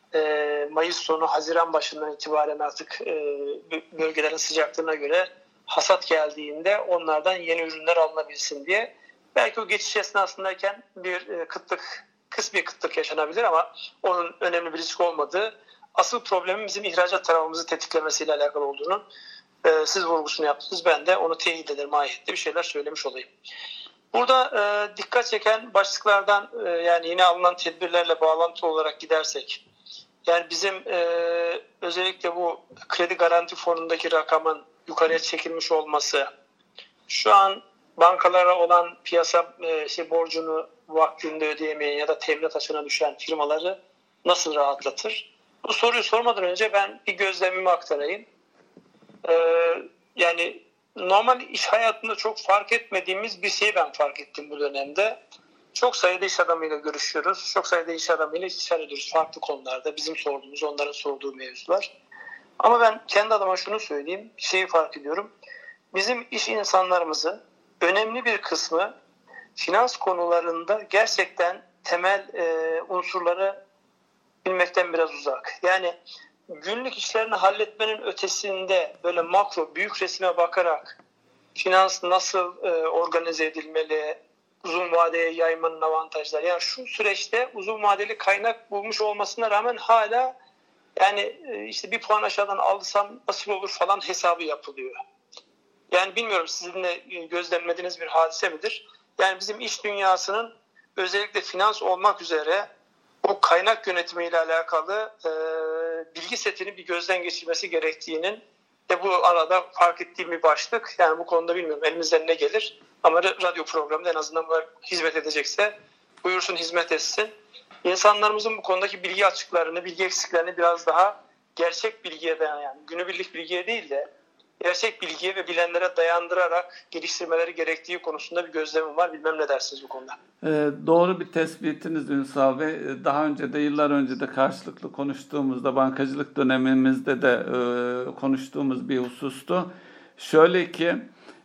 Mayıs sonu Haziran başından itibaren artık bölgelerin sıcaklığına göre hasat geldiğinde onlardan yeni ürünler alınabilsin diye. Belki o geçiş esnasındayken bir kısmi kıtlık yaşanabilir ama onun önemli bir risk olmadığı, asıl problemin bizim ihracat tarafımızı tetiklemesiyle alakalı olduğunu siz vurgusunu yaptınız. Ben de onu teyit ederim, ayette bir şeyler söylemiş olayım. Burada dikkat çeken başlıklardan yani yine alınan tedbirlerle bağlantılı olarak gidersek, yani bizim özellikle bu kredi garanti fonundaki rakamın yukarıya çekilmiş olması, şu an bankalara olan piyasa borcunu vaktinde ödeyemeyen ya da teminat açığına düşen firmaları nasıl rahatlatır? Bu soruyu sormadan önce ben bir gözlemimi aktarayım. Yani normal iş hayatında çok fark etmediğimiz bir şeyi ben fark ettim bu dönemde. Çok sayıda iş adamıyla görüşüyoruz. Çok sayıda iş adamıyla istişare ediyoruz farklı konularda. Bizim sorduğumuz, onların sorduğu mevzular. Ama ben kendi adıma şunu söyleyeyim. Bir şeyi fark ediyorum. Bizim iş insanlarımızın önemli bir kısmı finans konularında gerçekten temel unsurları bilmekten biraz uzak. Yani günlük işlerini halletmenin ötesinde böyle makro, büyük resme bakarak finans nasıl organize edilmeli, uzun vadeye yaymanın avantajları. Yani şu süreçte uzun vadeli kaynak bulmuş olmasına rağmen hala yani işte bir puan aşağıdan alsam nasıl olur falan hesabı yapılıyor. Yani bilmiyorum sizin de gözlemlediğiniz bir hadise midir? Yani bizim iş dünyasının özellikle finans olmak üzere bu kaynak yönetimiyle alakalı bilgi setini bir gözden geçirmesi gerektiğinin de bu arada fark ettiğim bir başlık. Yani bu konuda bilmiyorum elimizden ne gelir ama radyo programında en azından hizmet edecekse buyursun hizmet etsin. İnsanlarımızın bu konudaki bilgi açıklarını, bilgi eksiklerini biraz daha gerçek bilgiye dayanan yani günübirlik bilgiye değil de gerçek bilgiye ve bilenlere dayandırarak geliştirmeleri gerektiği konusunda bir gözlemim var. Bilmem ne dersiniz bu konuda. Doğru bir tespitiniz Ünsal Bey. Daha önce de yıllar önce de karşılıklı konuştuğumuzda bankacılık dönemimizde de konuştuğumuz bir husustu. Şöyle ki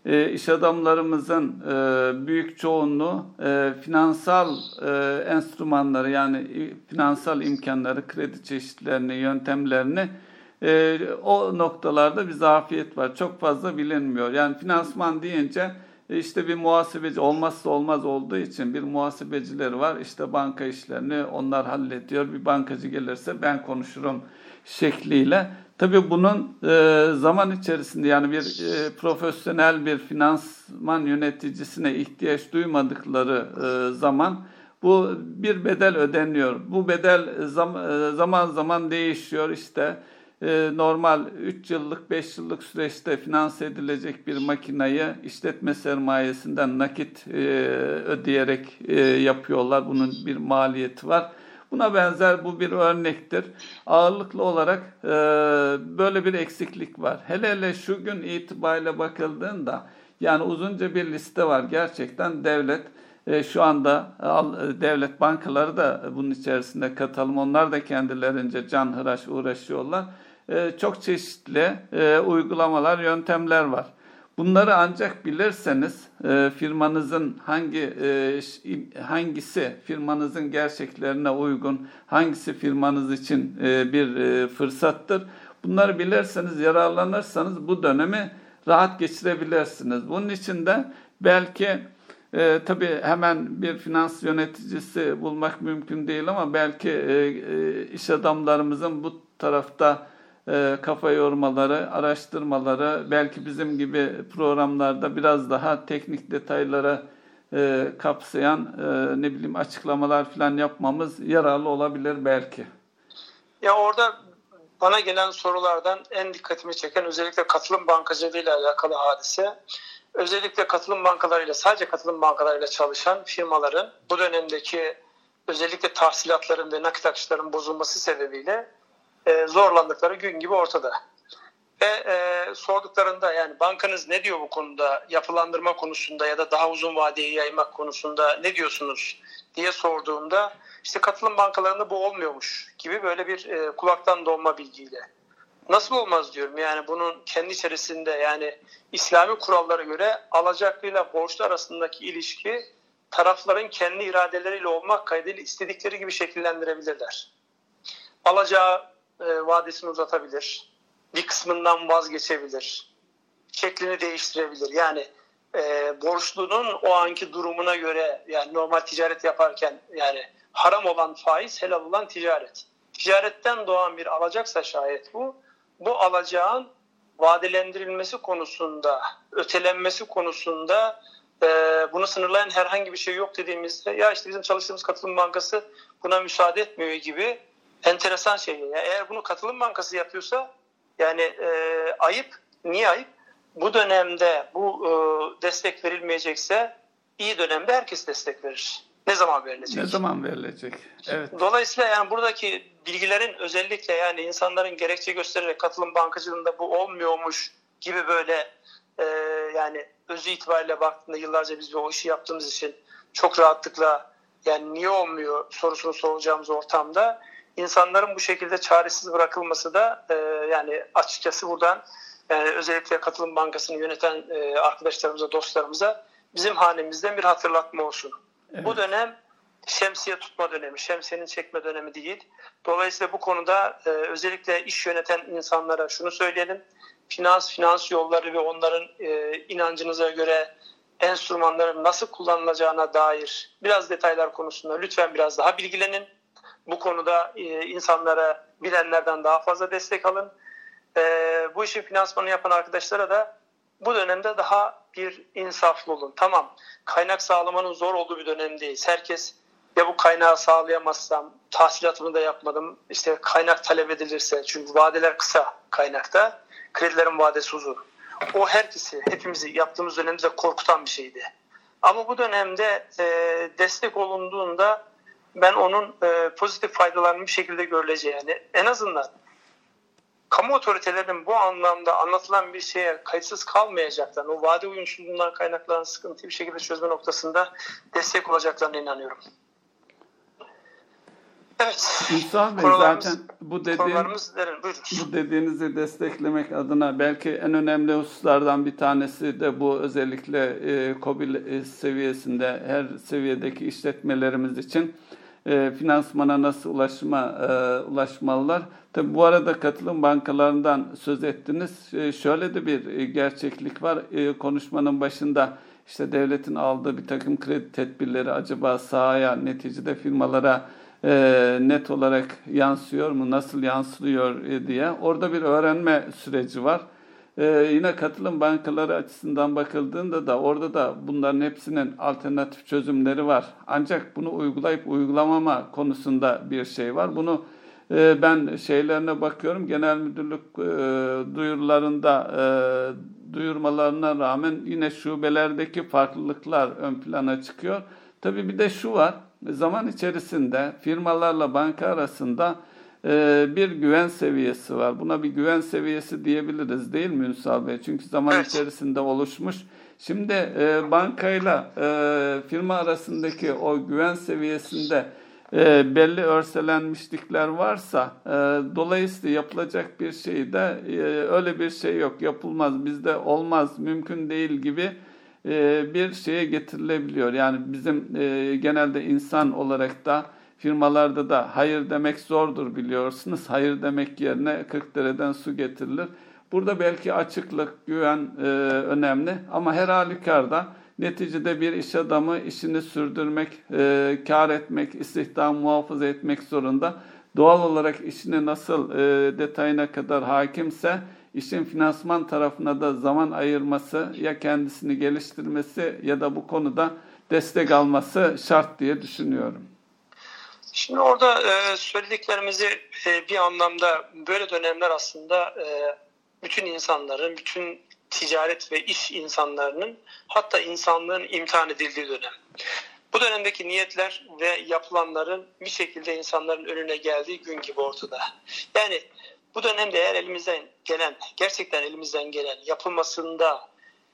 iş adamlarımızın büyük çoğunluğu finansal enstrümanları yani finansal imkanları, kredi çeşitlerini, yöntemlerini o noktalarda bir zafiyet var. Çok fazla bilinmiyor. Yani finansman deyince işte bir muhasebeci olmazsa olmaz olduğu için bir muhasebecileri var. İşte banka işlerini onlar hallediyor. Bir bankacı gelirse ben konuşurum şekliyle. Tabii bunun zaman içerisinde yani bir profesyonel bir finansman yöneticisine ihtiyaç duymadıkları zaman bu bir bedel ödeniyor. Bu bedel zaman zaman değişiyor. İşte normal 3 yıllık 5 yıllık süreçte finanse edilecek bir makinayı işletme sermayesinden nakit ödeyerek yapıyorlar. Bunun bir maliyeti var. Buna benzer bu bir örnektir. Ağırlıklı olarak böyle bir eksiklik var. Hele şu gün itibariyle bakıldığında yani uzunca bir liste var. Gerçekten devlet şu anda devlet bankaları da bunun içerisinde katılım. Onlar da kendilerince canhıraş uğraşıyorlar. Çok çeşitli uygulamalar, yöntemler var. Bunları ancak bilirseniz firmanızın hangisi firmanızın gerçeklerine uygun, hangisi firmanız için bir fırsattır. Bunları bilirseniz, yararlanırsanız bu dönemi rahat geçirebilirsiniz. Bunun için de belki tabii hemen bir finans yöneticisi bulmak mümkün değil ama belki iş adamlarımızın bu tarafta kafa yormaları, araştırmaları, belki bizim gibi programlarda biraz daha teknik detaylara kapsayan açıklamalar falan yapmamız yararlı olabilir belki. Ya orada bana gelen sorulardan en dikkatimi çeken özellikle katılım bankacılığı ile alakalı hadise. Özellikle katılım bankalarıyla, sadece katılım bankalarıyla çalışan firmaların bu dönemdeki özellikle tahsilatların ve nakit akışların bozulması sebebiyle zorlandıkları gün gibi ortada. Ve sorduklarında yani bankanız ne diyor bu konuda, yapılandırma konusunda ya da daha uzun vadeye yaymak konusunda ne diyorsunuz diye sorduğumda işte katılım bankalarında bu olmuyormuş gibi böyle bir kulaktan dolma bilgiyle. Nasıl olmaz diyorum yani bunun kendi içerisinde yani İslami kurallara göre alacaklıyla borçlu arasındaki ilişki tarafların kendi iradeleriyle olmak kaydıyla istedikleri gibi şekillendirebilirler. Alacağı vadesini uzatabilir, bir kısmından vazgeçebilir, şeklini değiştirebilir. Yani borçlunun o anki durumuna göre yani normal ticaret yaparken yani haram olan faiz, helal olan ticaret. Ticaretten doğan bir alacaksa şayet bu alacağın vadelendirilmesi konusunda, ötelenmesi konusunda bunu sınırlayan herhangi bir şey yok dediğimizde ya işte bizim çalıştığımız katılım bankası buna müsaade etmiyor gibi enteresan şey. Yani eğer bunu katılım bankası yapıyorsa yani ayıp. Niye ayıp? Bu dönemde bu destek verilmeyecekse iyi dönemde herkes destek verir. Ne zaman verilecek? Ne zaman verilecek? Evet. Dolayısıyla yani buradaki bilgilerin özellikle yani insanların gerekçe göstererek katılım bankacılığında bu olmuyormuş gibi böyle yani özü itibariyle baktığında yıllarca biz o işi yaptığımız için çok rahatlıkla yani niye olmuyor sorusunu soracağımız ortamda insanların bu şekilde çaresiz bırakılması da yani açıkçası buradan yani özellikle katılım bankasını yöneten arkadaşlarımıza, dostlarımıza bizim hanemizden bir hatırlatma olsun. Evet. Bu dönem şemsiye tutma dönemi, şemsiyenin çekme dönemi değil. Dolayısıyla bu konuda özellikle iş yöneten insanlara şunu söyleyelim. Finans yolları ve onların inancınıza göre enstrümanların nasıl kullanılacağına dair biraz detaylar konusunda lütfen biraz daha bilgilenin. Bu konuda insanlara bilenlerden daha fazla destek alın. Bu işin finansmanı yapan arkadaşlara da bu dönemde daha bir insaflı olun. Tamam, kaynak sağlamanın zor olduğu bir dönemdeyiz. Herkes ya bu kaynağı sağlayamazsam, tahsilatımı da yapmadım, işte kaynak talep edilirse, çünkü vadeler kısa kaynakta, kredilerin vadesi uzun. O herkesi, hepimizi yaptığımız dönemde korkutan bir şeydi. Ama bu dönemde destek olunduğunda ben onun pozitif faydalarının bir şekilde görüleceğini, en azından kamu otoritelerinin bu anlamda anlatılan bir şeye kayıtsız kalmayacaklarını, o vade uyumsuzluğundan kaynaklanan sıkıntıyı bir şekilde çözme noktasında destek olacaklarına inanıyorum. Evet. Ünsal Bey, zaten bu dediğinizi desteklemek adına belki en önemli hususlardan bir tanesi de bu, özellikle KOBİ seviyesinde her seviyedeki işletmelerimiz için finansmana nasıl ulaşmalılar? Tabii bu arada katılım bankalarından söz ettiniz. Şöyle de bir gerçeklik var. Konuşmanın başında işte devletin aldığı bir takım kredi tedbirleri acaba sahaya, neticede firmalara net olarak yansıyor mu, nasıl yansıyor diye. Orada bir öğrenme süreci var. Yine katılım bankaları açısından bakıldığında da orada da bunların hepsinin alternatif çözümleri var. Ancak bunu uygulayıp uygulamama konusunda bir şey var. Bunu ben şeylerine bakıyorum. Genel müdürlük duyurmalarına rağmen yine şubelerdeki farklılıklar ön plana çıkıyor. Tabii bir de şu var. Zaman içerisinde firmalarla banka arasında bir güven seviyesi var. Buna bir güven seviyesi diyebiliriz, değil mi Ünsal Bey? Çünkü zaman içerisinde oluşmuş. Şimdi bankayla firma arasındaki o güven seviyesinde belli örselenmişlikler varsa dolayısıyla yapılacak bir şey de öyle bir şey yok, yapılmaz, bizde olmaz, mümkün değil gibi bir şeye getirilebiliyor. Yani bizim genelde insan olarak da firmalarda da hayır demek zordur, biliyorsunuz. Hayır demek yerine 40 dereden su getirilir. Burada belki açıklık, güven önemli ama her halükarda neticede bir iş adamı işini sürdürmek, kar etmek, istihdamı muhafaza etmek zorunda. Doğal olarak işini nasıl detayına kadar hakimse işin finansman tarafına da zaman ayırması, ya kendisini geliştirmesi ya da bu konuda destek alması şart diye düşünüyorum. Şimdi orada söylediklerimizi bir anlamda böyle dönemler aslında bütün insanların, bütün ticaret ve iş insanlarının, hatta insanlığın imtihan edildiği dönem. Bu dönemdeki niyetler ve yapılanların bir şekilde insanların önüne geldiği gün gibi ortada. Yani bu dönemde eğer gerçekten elimizden gelen, yapılmasında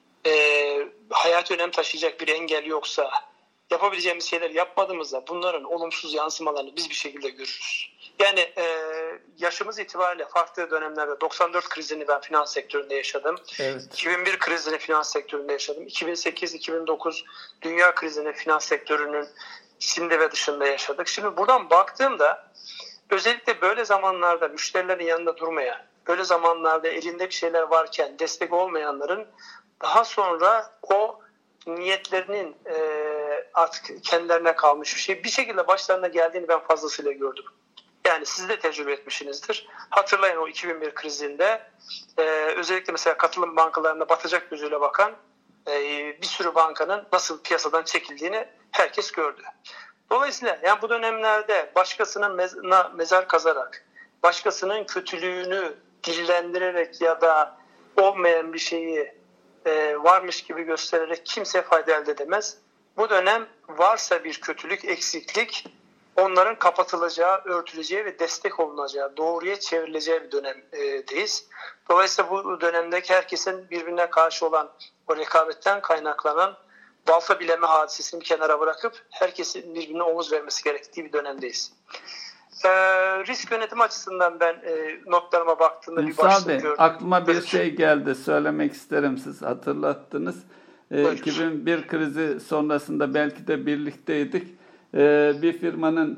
hayati önem taşıyacak bir engel yoksa, yapabileceğimiz şeyler yapmadığımızda bunların olumsuz yansımalarını biz bir şekilde görürüz. Yani yaşımız itibariyle farklı dönemlerde 94 krizini ben finans sektöründe yaşadım. Evet. 2001 krizini finans sektöründe yaşadım. 2008-2009 dünya krizini finans sektörünün içinde ve dışında yaşadık. Şimdi buradan baktığımda özellikle böyle zamanlarda müşterilerin yanında durmayan, böyle zamanlarda elinde bir şeyler varken destek olmayanların daha sonra o niyetlerinin artık kendilerine kalmış bir şekilde başlarına geldiğini ben fazlasıyla gördüm. Yani siz de tecrübe etmişsinizdir. Hatırlayın o 2001 krizinde özellikle mesela katılım bankalarına batacak gözüyle bakan bir sürü bankanın nasıl piyasadan çekildiğini herkes gördü. Dolayısıyla yani bu dönemlerde başkasının mezar kazarak, başkasının kötülüğünü dillendirerek ya da olmayan bir şeyi varmış gibi göstererek kimse fayda elde edemez. Bu dönem varsa bir kötülük, eksiklik, onların kapatılacağı, örtüleceği ve destek olunacağı, doğruya çevrileceği bir dönemdeyiz. Dolayısıyla bu dönemdeki herkesin birbirine karşı olan o rekabetten kaynaklanan balta bileme hadisesini bir kenara bırakıp herkesin birbirine omuz vermesi gerektiği bir dönemdeyiz. Risk yönetimi açısından ben notlarıma baktığımda bir başlık gördüm. Aklıma bir şey geldi, söylemek isterim, siz hatırlattınız. 2001 krizi sonrasında belki de birlikteydik. Bir firmanın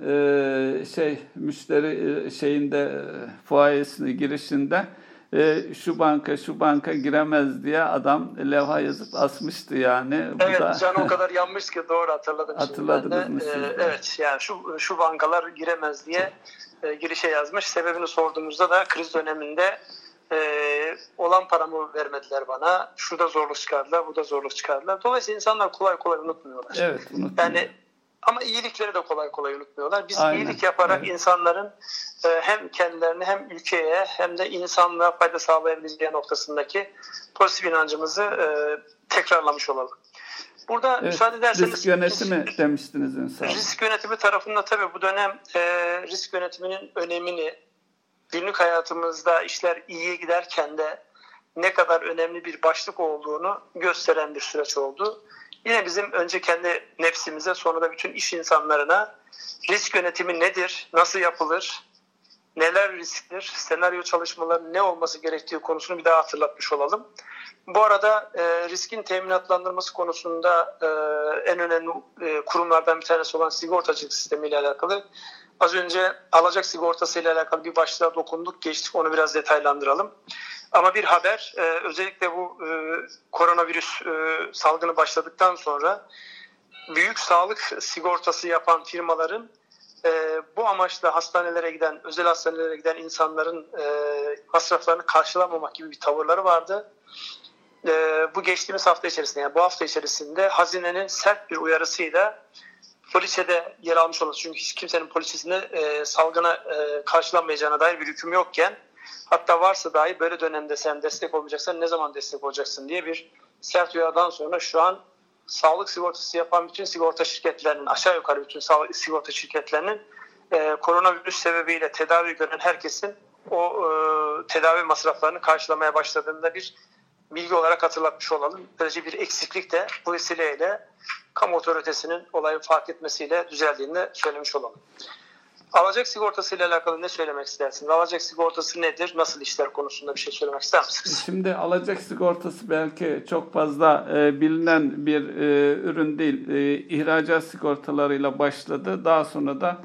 müşteri fuayesine girişinde şu banka giremez diye adam levha yazıp asmıştı yani. Evet, can o kadar yanmış ki, doğru hatırladım. Hatırladınız mı siz de? Evet, yani şu bankalar giremez diye girişe yazmış. Sebebini sorduğumuzda da kriz döneminde olan paramı vermediler bana. Şurada zorluk çıkardılar, burada zorluk çıkardılar. Dolayısıyla insanlar kolay kolay unutmuyorlar. Evet, unutmuyor. Yani ama iyilikleri de kolay kolay unutmuyorlar. Biz iyilik yaparak insanların hem kendilerine hem ülkeye hem de insanlığa fayda sağlayabileceği noktasındaki pozitif inancımızı tekrarlamış olalım. Burada müsaade ederseniz risk yönetimi demiştiniz insan. Risk yönetimi tarafında tabii bu dönem risk yönetiminin önemini, günlük hayatımızda işler iyiye giderken de ne kadar önemli bir başlık olduğunu gösteren bir süreç oldu. Yine bizim önce kendi nefsimize, sonra da bütün iş insanlarına risk yönetimi nedir, nasıl yapılır, neler risktir, senaryo çalışmaları ne olması gerektiği konusunu bir daha hatırlatmış olalım. Bu arada riskin teminatlandırması konusunda en önemli kurumlardan bir tanesi olan sigortacılık sistemiyle alakalı. Az önce alacak sigortası ile alakalı bir başlığa dokunduk, geçtik, onu biraz detaylandıralım. Ama bir haber, özellikle bu koronavirüs salgını başladıktan sonra büyük sağlık sigortası yapan firmaların bu amaçla hastanelere giden, özel hastanelere giden insanların masraflarını karşılamamak gibi bir tavırları vardı. Bu geçtiğimiz hafta içerisinde, yani bu hafta içerisinde hazinenin sert bir uyarısıyla poliçede yer almış olması, çünkü hiç kimsenin poliçesinde salgına karşılanmayacağına dair bir hüküm yokken, hatta varsa dahi böyle dönemde sen destek olmayacaksan ne zaman destek olacaksın diye bir sert uyarıdan sonra şu an sağlık sigortası yapan bütün sigorta şirketlerinin, aşağı yukarı bütün sağlık sigorta şirketlerinin koronavirüs sebebiyle tedavi gören herkesin o tedavi masraflarını karşılamaya başladığında bir bilgi olarak hatırlatmış olalım. Böylece bir eksiklik de bu vesileyle kamu otoritesinin olayı fark etmesiyle düzeldiğini de söylemiş olalım. Alacak sigortası ile alakalı ne söylemek istersiniz? Alacak sigortası nedir? Nasıl işler konusunda bir şey söylemek ister misiniz? Şimdi alacak sigortası belki çok fazla bilinen bir ürün değil. İhracat sigortalarıyla başladı. Daha sonra da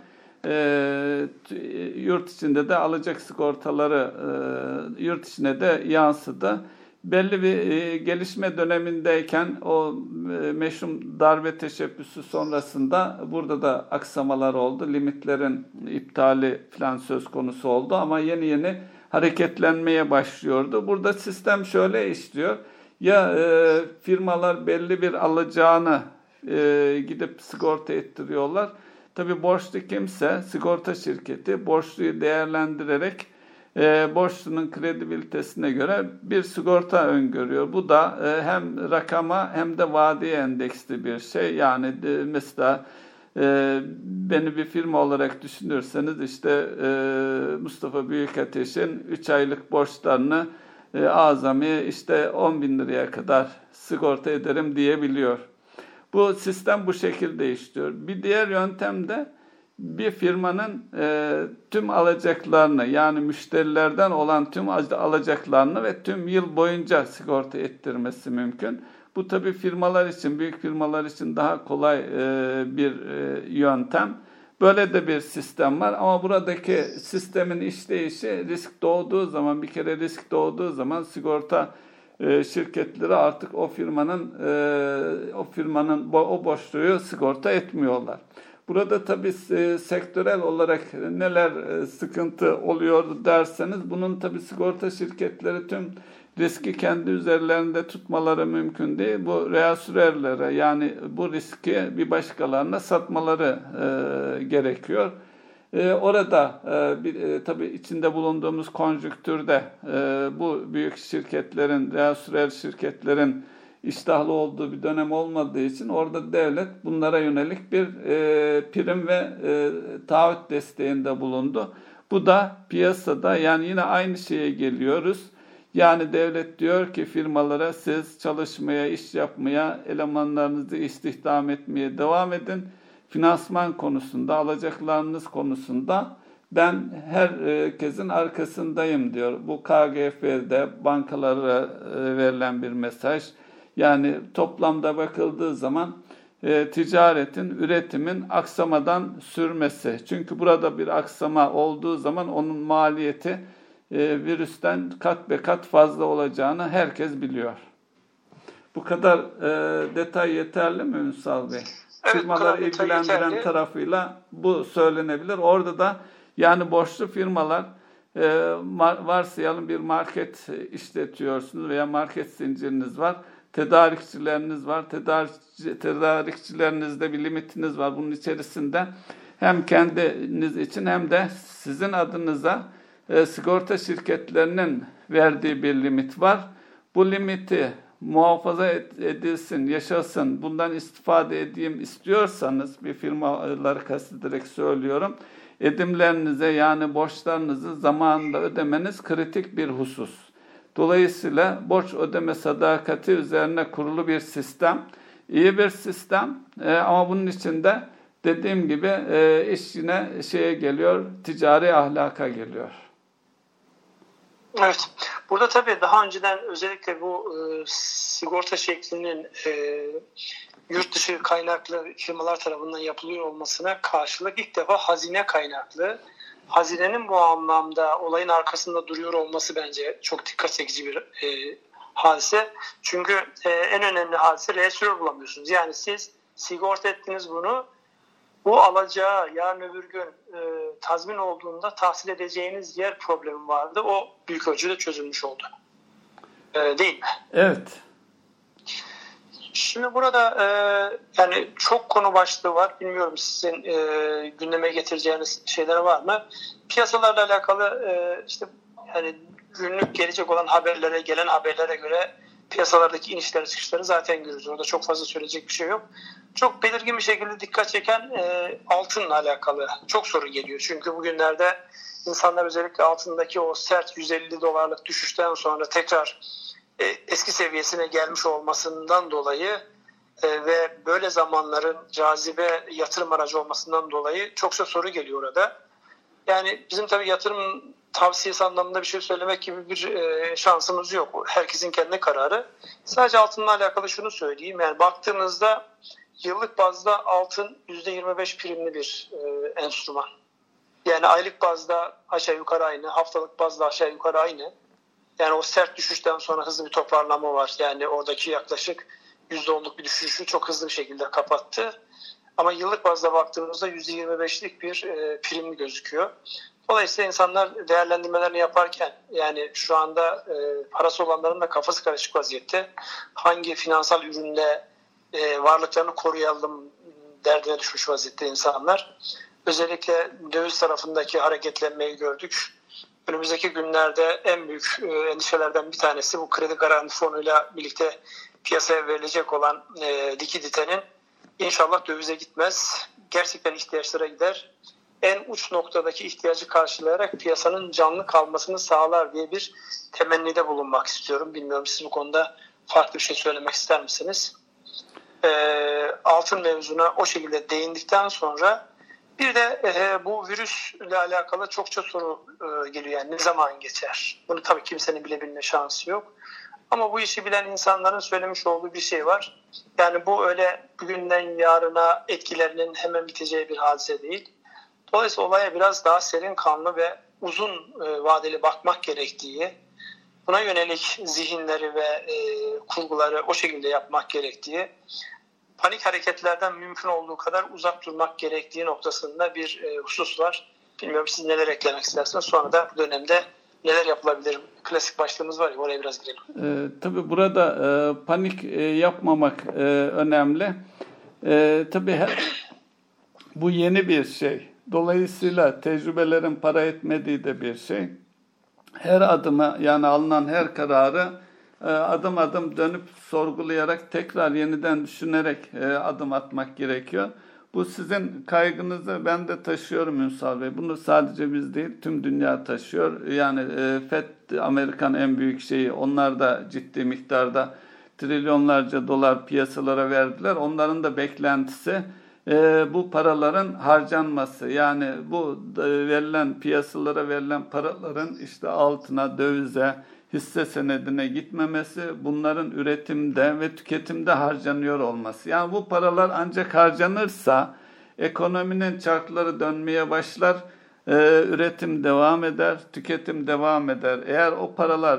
yurt içinde de alacak sigortaları yurt içine de yansıdı. Belli bir gelişme dönemindeyken o meşhum darbe teşebbüsü sonrasında burada da aksamalar oldu. Limitlerin iptali falan söz konusu oldu ama yeni yeni hareketlenmeye başlıyordu. Burada sistem şöyle işliyor. Ya firmalar belli bir alacağını gidip sigorta ettiriyorlar. Tabii borçlu kimse sigorta şirketi borçluyu değerlendirerek borçlunun kredibilitesine göre bir sigorta öngörüyor. Bu da hem rakama hem de vadeye endeksli bir şey. Yani mesela beni bir firma olarak düşünürseniz işte Mustafa Büyükateş'in 3 aylık borçlarını azami işte 10.000 liraya kadar sigorta ederim diyebiliyor. Bu sistem bu şekilde işliyor. Bir diğer yöntem de bir firmanın tüm alacaklarını, yani müşterilerden olan tüm alacaklarını ve tüm yıl boyunca sigorta ettirmesi mümkün. Bu tabii firmalar için, büyük firmalar için daha kolay bir yöntem. Böyle de bir sistem var ama buradaki sistemin işleyişi risk doğduğu zaman, bir kere risk doğduğu zaman sigorta şirketleri artık o firmanın o boşluğu sigorta etmiyorlar. Burada tabii sektörel olarak neler sıkıntı oluyor derseniz, bunun tabii sigorta şirketleri tüm riski kendi üzerlerinde tutmaları mümkün değil. Bu reasürerlere, yani bu riski bir başkalarına satmaları gerekiyor. Orada tabii içinde bulunduğumuz konjüktürde bu büyük şirketlerin, reasürer şirketlerin iştahlı olduğu bir dönem olmadığı için orada devlet bunlara yönelik bir prim ve taahhüt desteğinde bulundu. Bu da piyasada, yani yine aynı şeye geliyoruz. Yani devlet diyor ki firmalara, siz çalışmaya, iş yapmaya, elemanlarınızı istihdam etmeye devam edin. Finansman konusunda, alacaklarınız konusunda ben herkesin arkasındayım diyor. Bu KGF'de bankalara verilen bir mesaj. Yani toplamda bakıldığı zaman ticaretin, üretimin aksamadan sürmesi. Çünkü burada bir aksama olduğu zaman onun maliyeti virüsten kat be kat fazla olacağını herkes biliyor. Bu kadar detay yeterli mi Ünsal Bey? Evet, firmaları ilgilendiren tarafıyla bu söylenebilir. Orada da yani borçlu firmalar, varsayalım bir market işletiyorsunuz veya market zinciriniz var. Tedarikçileriniz var. Tedarikçilerinizde bir limitiniz var. Bunun içerisinde hem kendiniz için hem de sizin adınıza sigorta şirketlerinin verdiği bir limit var. Bu limiti muhafaza edilsin, yaşasın, bundan istifade edeyim istiyorsanız, bir firmaları kastederek söylüyorum, edimlerinize, yani borçlarınızı zamanında ödemeniz kritik bir husus. Dolayısıyla borç ödeme sadakati üzerine kurulu bir sistem. İyi bir sistem ama bunun içinde dediğim gibi iş yine şeye geliyor, ticari ahlaka geliyor. Evet. Burada tabii daha önceden özellikle bu sigorta şeklinin yurt dışı kaynaklı firmalar tarafından yapılıyor olmasına karşılık ilk defa hazine kaynaklı. Hazinenin bu anlamda olayın arkasında duruyor olması bence çok dikkat çekici bir hadise. Çünkü en önemli hadise reaktör bulamıyorsunuz. Yani siz sigorta ettiniz bunu. Bu alacağı yarın öbür gün tazmin olduğunda tahsil edeceğiniz yer problemi vardı. O büyük ölçüde çözülmüş oldu. Değil mi? Evet. Şimdi burada yani çok konu başlığı var. Bilmiyorum sizin gündeme getireceğiniz şeyler var mı? Piyasalarla alakalı işte yani günlük gelecek olan haberlere, gelen haberlere göre piyasalardaki inişleri çıkışları zaten görüyoruz. Orada çok fazla söyleyecek bir şey yok. Çok belirgin bir şekilde dikkat çeken altınla alakalı çok soru geliyor. Çünkü bugünlerde insanlar özellikle altındaki o sert 150 dolarlık düşüşten sonra tekrar eski seviyesine gelmiş olmasından dolayı ve böyle zamanların cazibe yatırım aracı olmasından dolayı çokça soru geliyor orada. Yani bizim tabii yatırım tavsiyesi anlamında bir şey söylemek gibi bir şansımız yok. Herkesin kendi kararı. Sadece altınla alakalı şunu söyleyeyim. Yani baktığımızda yıllık bazda altın %25 primli bir enstrüman. Yani aylık bazda aşağı yukarı aynı, haftalık bazda aşağı yukarı aynı. Yani o sert düşüşten sonra hızlı bir toparlama var. Yani oradaki yaklaşık %10'luk bir düşüşü çok hızlı bir şekilde kapattı. Ama yıllık bazda baktığımızda %25'lik bir primli gözüküyor. Dolayısıyla insanlar değerlendirmelerini yaparken yani şu anda parası olanların da kafası karışık vaziyette. Hangi finansal ürünle varlıklarını koruyalım derdine düşmüş vaziyette insanlar. Özellikle döviz tarafındaki hareketlenmeyi gördük. Önümüzdeki günlerde en büyük endişelerden bir tanesi bu kredi garanti fonuyla birlikte piyasaya verilecek olan likiditenin inşallah dövize gitmez. Gerçekten ihtiyaçlara gider. En uç noktadaki ihtiyacı karşılayarak piyasanın canlı kalmasını sağlar diye bir temennide bulunmak istiyorum. Bilmiyorum siz bu konuda farklı bir şey söylemek ister misiniz? Altın mevzuna o şekilde değindikten sonra bir de bu virüsle alakalı çokça soru geliyor. Yani ne zaman geçer? Bunu tabii kimsenin bilebilme şansı yok. Ama bu işi bilen insanların söylemiş olduğu bir şey var. Yani bu öyle bugünden yarına etkilerinin hemen biteceği bir hadise değil. Dolayısıyla olaya biraz daha serin kanlı ve uzun vadeli bakmak gerektiği, buna yönelik zihinleri ve kurguları o şekilde yapmak gerektiği, panik hareketlerden mümkün olduğu kadar uzak durmak gerektiği noktasında bir husus var. Bilmiyorum siz neler eklemek istersiniz. Sonra da bu dönemde neler yapılabilir? Klasik başlığımız var ya oraya biraz girelim. Tabii burada panik yapmamak önemli. Tabii bu yeni bir şey. Dolayısıyla tecrübelerin para etmediği de bir şey. Her adımı yani alınan her kararı adım adım dönüp sorgulayarak tekrar yeniden düşünerek adım atmak gerekiyor. Bu sizin kaygınızı ben de taşıyorum Ünsal Bey. Bunu sadece biz değil tüm dünya taşıyor. Yani FED Amerikan en büyük şeyi onlar da ciddi miktarda trilyonlarca dolar piyasalara verdiler. Onların da beklentisi bu paraların harcanması. Yani bu verilen piyasalara verilen paraların işte altına, dövize, hisse senedine gitmemesi, bunların üretimde ve tüketimde harcanıyor olması. Yani bu paralar ancak harcanırsa ekonominin çarkları dönmeye başlar, üretim devam eder, tüketim devam eder. Eğer o paralar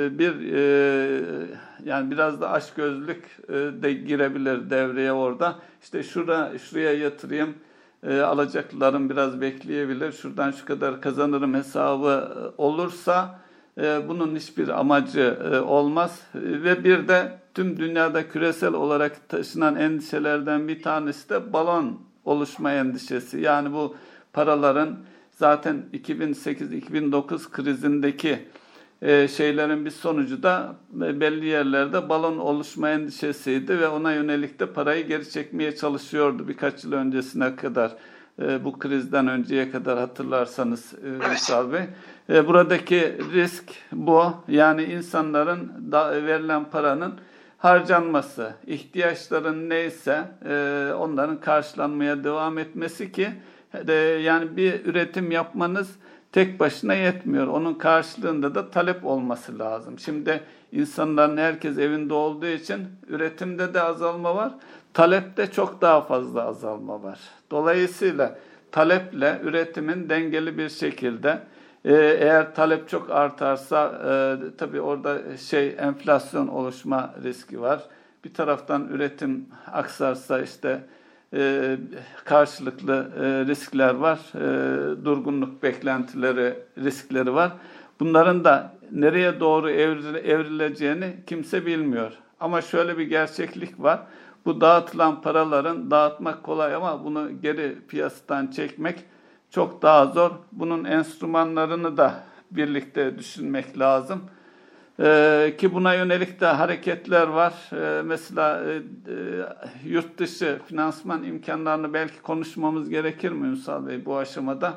yani biraz da açgözlülük de girebilir devreye orada. İşte şuraya yatırayım, alacaklarım biraz bekleyebilir, şuradan şu kadar kazanırım hesabı olursa bunun hiçbir amacı olmaz. Ve bir de tüm dünyada küresel olarak taşınan endişelerden bir tanesi de balon oluşma endişesi. Yani bu paraların zaten 2008-2009 krizindeki şeylerin bir sonucu da belli yerlerde balon oluşma endişesiydi ve ona yönelik de parayı geri çekmeye çalışıyordu birkaç yıl öncesine kadar. Bu krizden önceye kadar hatırlarsanız Ünsal Bey. Buradaki risk bu. Yani insanların verilen paranın harcanması, ihtiyaçların neyse onların karşılanmaya devam etmesi ki yani bir üretim yapmanız tek başına yetmiyor. Onun karşılığında da talep olması lazım. Şimdi insanların herkes evinde olduğu için üretimde de azalma var. Talepte çok daha fazla azalma var. Dolayısıyla taleple üretimin dengeli bir şekilde eğer talep çok artarsa tabii orada enflasyon oluşma riski var. Bir taraftan üretim aksarsa işte karşılıklı riskler var. Durgunluk beklentileri, riskleri var. Bunların da nereye doğru evrileceğini kimse bilmiyor. Ama şöyle bir gerçeklik var. Bu dağıtılan paraların dağıtmak kolay ama bunu geri piyasadan çekmek çok daha zor. Bunun enstrümanlarını da birlikte düşünmek lazım. Ki buna yönelik de hareketler var. Mesela yurt dışı finansman imkanlarını belki konuşmamız gerekir mi Ünsal Bey bu aşamada?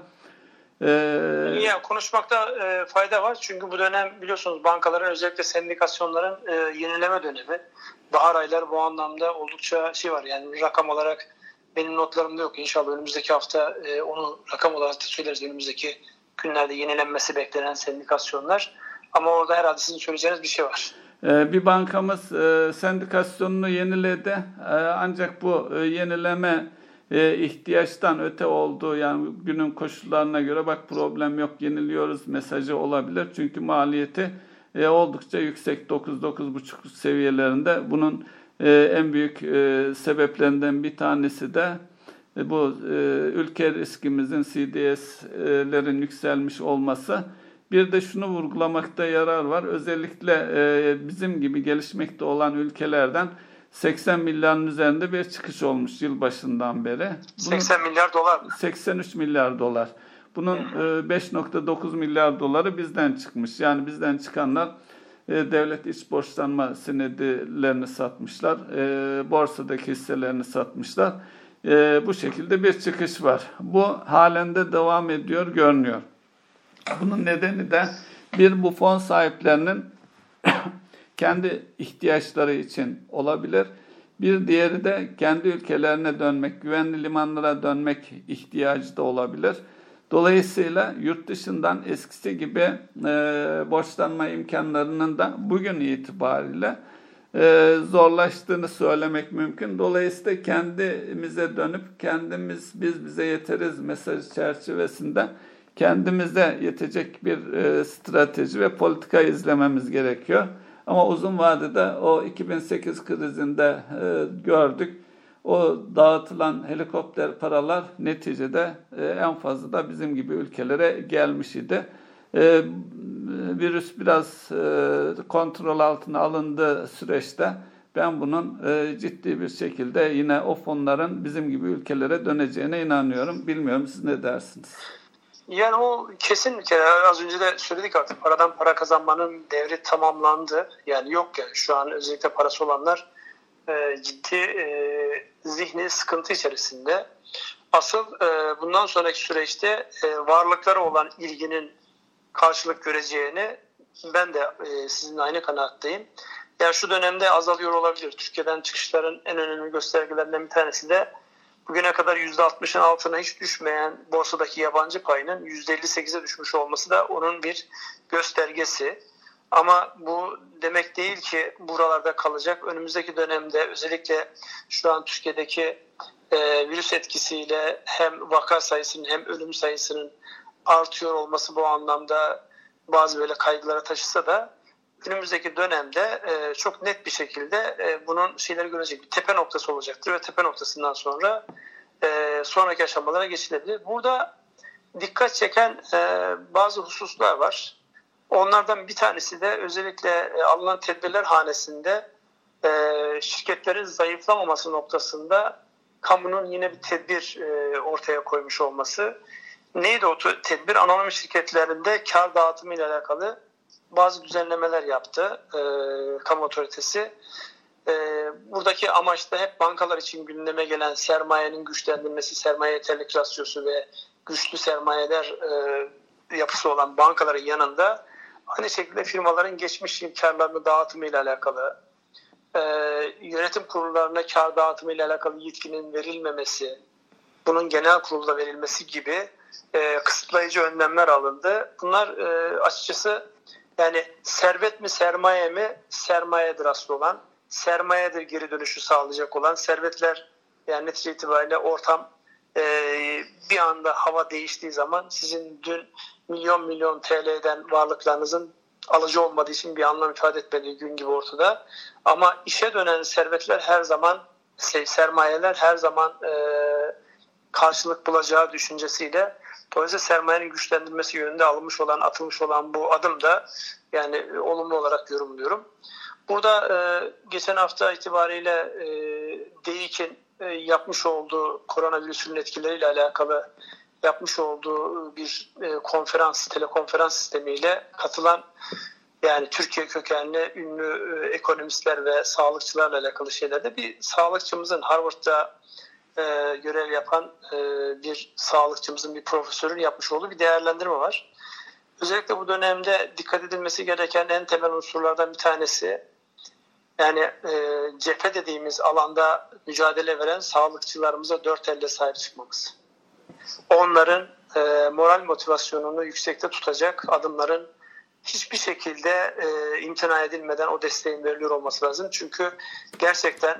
Ya konuşmakta fayda var. Çünkü bu dönem biliyorsunuz bankaların özellikle sendikasyonların yenileme dönemi. Bahar ayları bu anlamda oldukça var. Yani rakam olarak benim notlarımda yok. İnşallah önümüzdeki hafta onu rakam olarak da söyleriz. Önümüzdeki günlerde yenilenmesi beklenen sendikasyonlar. Ama orada herhalde sizin söyleyeceğiniz bir şey var. Bir bankamız sendikasyonunu yeniledi. Ancak bu yenileme ihtiyaçtan öte olduğu, yani günün koşullarına göre bak problem yok, yeniliyoruz mesajı olabilir. Çünkü maliyeti oldukça yüksek, 9-9,5 seviyelerinde. Bunun en büyük sebeplerinden bir tanesi de bu ülke riskimizin, CDS'lerin yükselmiş olması. Bir de şunu vurgulamakta yarar var. Özellikle bizim gibi gelişmekte olan ülkelerden 80 milyarın üzerinde bir çıkış olmuş yılbaşından beri. 80 milyar dolar. 83 milyar dolar. Bunun 5,9 milyar doları bizden çıkmış. Yani bizden çıkanlar devlet iç borçlanma senedilerini satmışlar. Borsadaki hisselerini satmışlar. Bu şekilde bir çıkış var. Bu halen de devam ediyor görünüyor. Bunun nedeni de bu fon sahiplerinin kendi ihtiyaçları için olabilir. Bir diğeri de kendi ülkelerine dönmek, güvenli limanlara dönmek ihtiyacı da olabilir. Dolayısıyla yurt dışından eskisi gibi borçlanma imkanlarının da bugün itibariyle zorlaştığını söylemek mümkün. Dolayısıyla kendimize dönüp biz bize yeteriz mesajı çerçevesinde kendimize yetecek bir strateji ve politika izlememiz gerekiyor. Ama uzun vadede o 2008 krizinde gördük. O dağıtılan helikopter paralar neticede en fazla da bizim gibi ülkelere gelmiş idi. Virüs biraz kontrol altına alındığı süreçte ben bunun ciddi bir şekilde yine o fonların bizim gibi ülkelere döneceğine inanıyorum. Bilmiyorum siz ne dersiniz? Yani o kesin bir kere az önce de söyledik artık paradan para kazanmanın devri tamamlandı. Yani yok yani şu an özellikle parası olanlar ciddi zihni sıkıntı içerisinde. Asıl bundan sonraki süreçte varlıklara olan ilginin karşılık göreceğini ben de sizinle aynı kanaatteyim. Yani şu dönemde azalıyor olabilir. Türkiye'den çıkışların en önemli göstergelerinden bir tanesi de bugüne kadar %60'ın altına hiç düşmeyen borsadaki yabancı payının %58'e düşmüş olması da onun bir göstergesi. Ama bu demek değil ki buralarda kalacak. Önümüzdeki dönemde özellikle şu an Türkiye'deki virüs etkisiyle hem vaka sayısının hem ölüm sayısının artıyor olması bu anlamda bazı böyle kaygılara taşısa da önümüzdeki dönemde çok net bir şekilde bunun şeyleri görecek bir tepe noktası olacaktır ve tepe noktasından sonra sonraki aşamalara geçilebilir. Burada dikkat çeken bazı hususlar var. Onlardan bir tanesi de özellikle alınan tedbirler hanesinde şirketlerin zayıflamaması noktasında kamunun yine bir tedbir ortaya koymuş olması. Neydi o tedbir? Anonim şirketlerinde kar dağıtımı ile alakalı bazı düzenlemeler yaptı kamu otoritesi. Buradaki amaç da hep bankalar için gündeme gelen sermayenin güçlendirilmesi, sermaye yeterlilik rasyosu ve güçlü sermayeler yapısı olan bankaların yanında aynı şekilde firmaların geçmiş yıl karlarını dağıtımı ile alakalı yönetim kurullarına kar dağıtımı ile alakalı yetkinin verilmemesi, bunun genel kurulda verilmesi gibi kısıtlayıcı önlemler alındı. Bunlar açıkçası yani servet mi sermaye mi? Sermayedir asıl olan. Sermayedir geri dönüşü sağlayacak olan. Servetler yani netice itibariyle ortam bir anda hava değiştiği zaman sizin dün milyon TL'den varlıklarınızın alıcı olmadığı için bir anlam ifade etmediği gün gibi ortada. Ama işe dönen servetler her zaman, sermayeler her zaman karşılık bulacağı düşüncesiyle, dolayısıyla sermayenin güçlendirilmesi yönünde atılmış olan bu adım da yani olumlu olarak yorumluyorum. Burada geçen hafta itibariyle DİİK'in yapmış olduğu koronavirüsünün etkileriyle alakalı yapmış olduğu bir telekonferans sistemiyle katılan yani Türkiye kökenli ünlü ekonomistler ve sağlıkçılarla alakalı şeylerde bir sağlıkçımızın Harvard'da görev yapan bir sağlıkçımızın, bir profesörün yapmış olduğu bir değerlendirme var. Özellikle bu dönemde dikkat edilmesi gereken en temel unsurlardan bir tanesi yani cephe dediğimiz alanda mücadele veren sağlıkçılarımıza dört elle sahip çıkmamız. Onların moral motivasyonunu yüksekte tutacak adımların hiçbir şekilde imtina edilmeden o desteğin veriliyor olması lazım. Çünkü gerçekten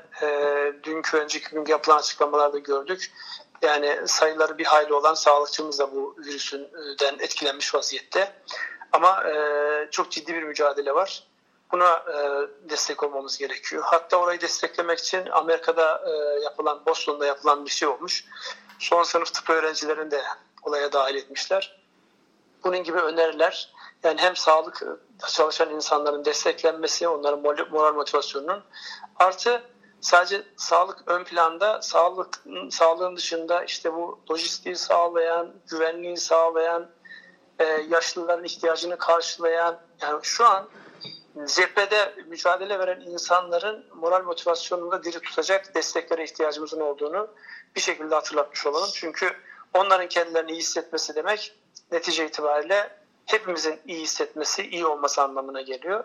önceki gün yapılan açıklamalarda gördük. Yani sayıları bir hayli olan sağlıkçımız da bu virüsünden etkilenmiş vaziyette. Ama çok ciddi bir mücadele var. Buna destek olmamız gerekiyor. Hatta orayı desteklemek için Amerika'da Boston'da yapılan bir şey olmuş. Son sınıf tıp öğrencilerini de olaya dahil etmişler. Bunun gibi öneriler yani hem sağlık çalışan insanların desteklenmesi, onların moral motivasyonunun artı sadece sağlık ön planda, sağlığın dışında işte bu lojistiği sağlayan, güvenliği sağlayan, yaşlıların ihtiyacını karşılayan yani şu an cephede mücadele veren insanların moral motivasyonunu da diri tutacak desteklere ihtiyacımızın olduğunu bir şekilde hatırlatmış olalım. Çünkü onların kendilerini iyi hissetmesi demek netice itibariyle hepimizin iyi hissetmesi, iyi olması anlamına geliyor.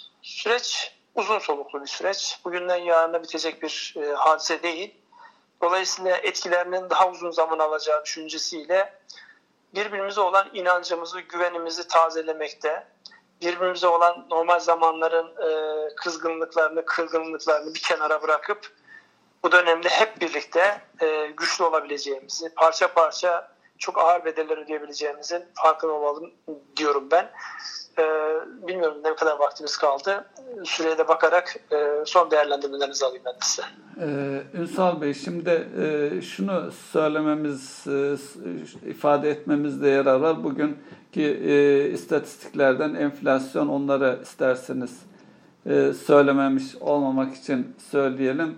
Süreç uzun soluklu bir süreç. Bugünden yarına bitecek bir hadise değil. Dolayısıyla etkilerinin daha uzun zaman alacağı düşüncesiyle birbirimize olan inancımızı, güvenimizi tazelemekte, birbirimize olan normal zamanların kırgınlıklarını bir kenara bırakıp bu dönemde hep birlikte güçlü olabileceğimizi, parça parça çok ağır bedeller ödeyebileceğimizin farkında olalım diyorum ben. Bilmiyorum ne kadar vaktimiz kaldı. Süreye de bakarak son değerlendirmelerinizi alayım ben de size. Ünsal Bey, şimdi şunu söylememiz, ifade etmemizde yarar var. Bugünkü istatistiklerden enflasyon, onları isterseniz söylememiş olmamak için söyleyelim.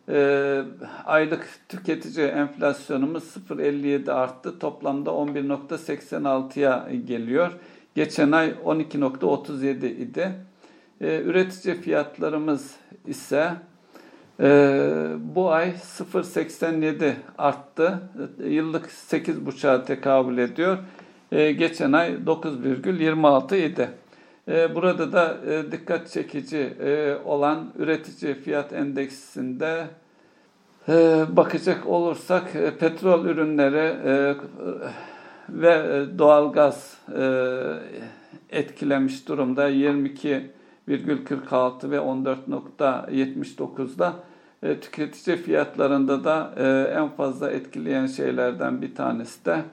Aylık tüketici enflasyonumuz 0,57 arttı. Toplamda 11,86'ya geliyor. Geçen ay 12,37 idi. Üretici fiyatlarımız ise bu ay 0,87 arttı. Yıllık 8,5'a tekabül ediyor. Geçen ay 9,26 idi. Burada da dikkat çekici olan üretici fiyat endeksinde bakacak olursak petrol ürünleri ve doğalgaz etkilemiş durumda. 22,46 ve 14,79'da tüketici fiyatlarında da en fazla etkileyen şeylerden bir tanesi de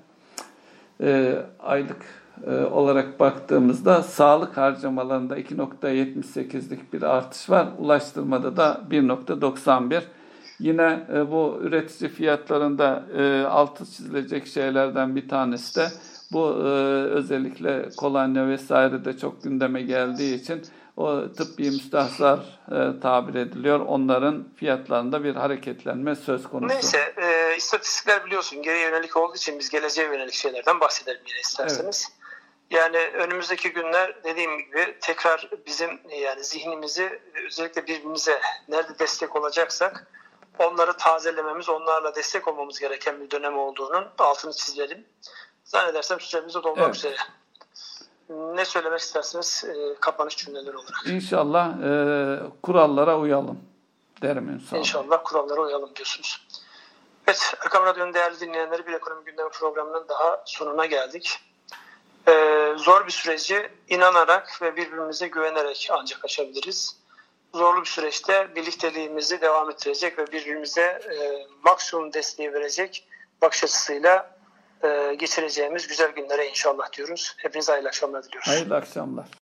aylık olarak baktığımızda sağlık harcamalarında 2,78'lik bir artış var. Ulaştırmada da 1,91. Yine bu üretici fiyatlarında altı çizilecek şeylerden bir tanesi de bu özellikle kolonya vesaire de çok gündeme geldiği için o tıbbi müstahzar tabir ediliyor. Onların fiyatlarında bir hareketlenme söz konusu. Neyse, istatistikler biliyorsun geriye yönelik olduğu için biz geleceğe yönelik şeylerden bahsedelim yine isterseniz. Evet. Yani önümüzdeki günler dediğim gibi tekrar bizim yani zihnimizi özellikle birbirimize nerede destek olacaksak onları tazelememiz, onlarla destek olmamız gereken bir dönem olduğunun altını çizelim. Zannedersem süremizi dolmak üzere. Ne söylemek istersiniz kapanış cümleleri olarak? İnşallah kurallara uyalım. derim Ünsal Bey. İnşallah kurallara uyalım diyorsunuz. Evet, Erkam Radyo'nun değerli dinleyenleri, bir ekonomi gündemi programının daha sonuna geldik. Zor bir süreci inanarak ve birbirimize güvenerek ancak aşabiliriz. Zorlu bir süreçte birlikteliğimizi devam ettirecek ve birbirimize maksimum desteği verecek bakış açısıyla geçireceğimiz güzel günlere inşallah diyoruz. Hepinize hayırlı akşamlar diliyoruz. Hayırlı akşamlar.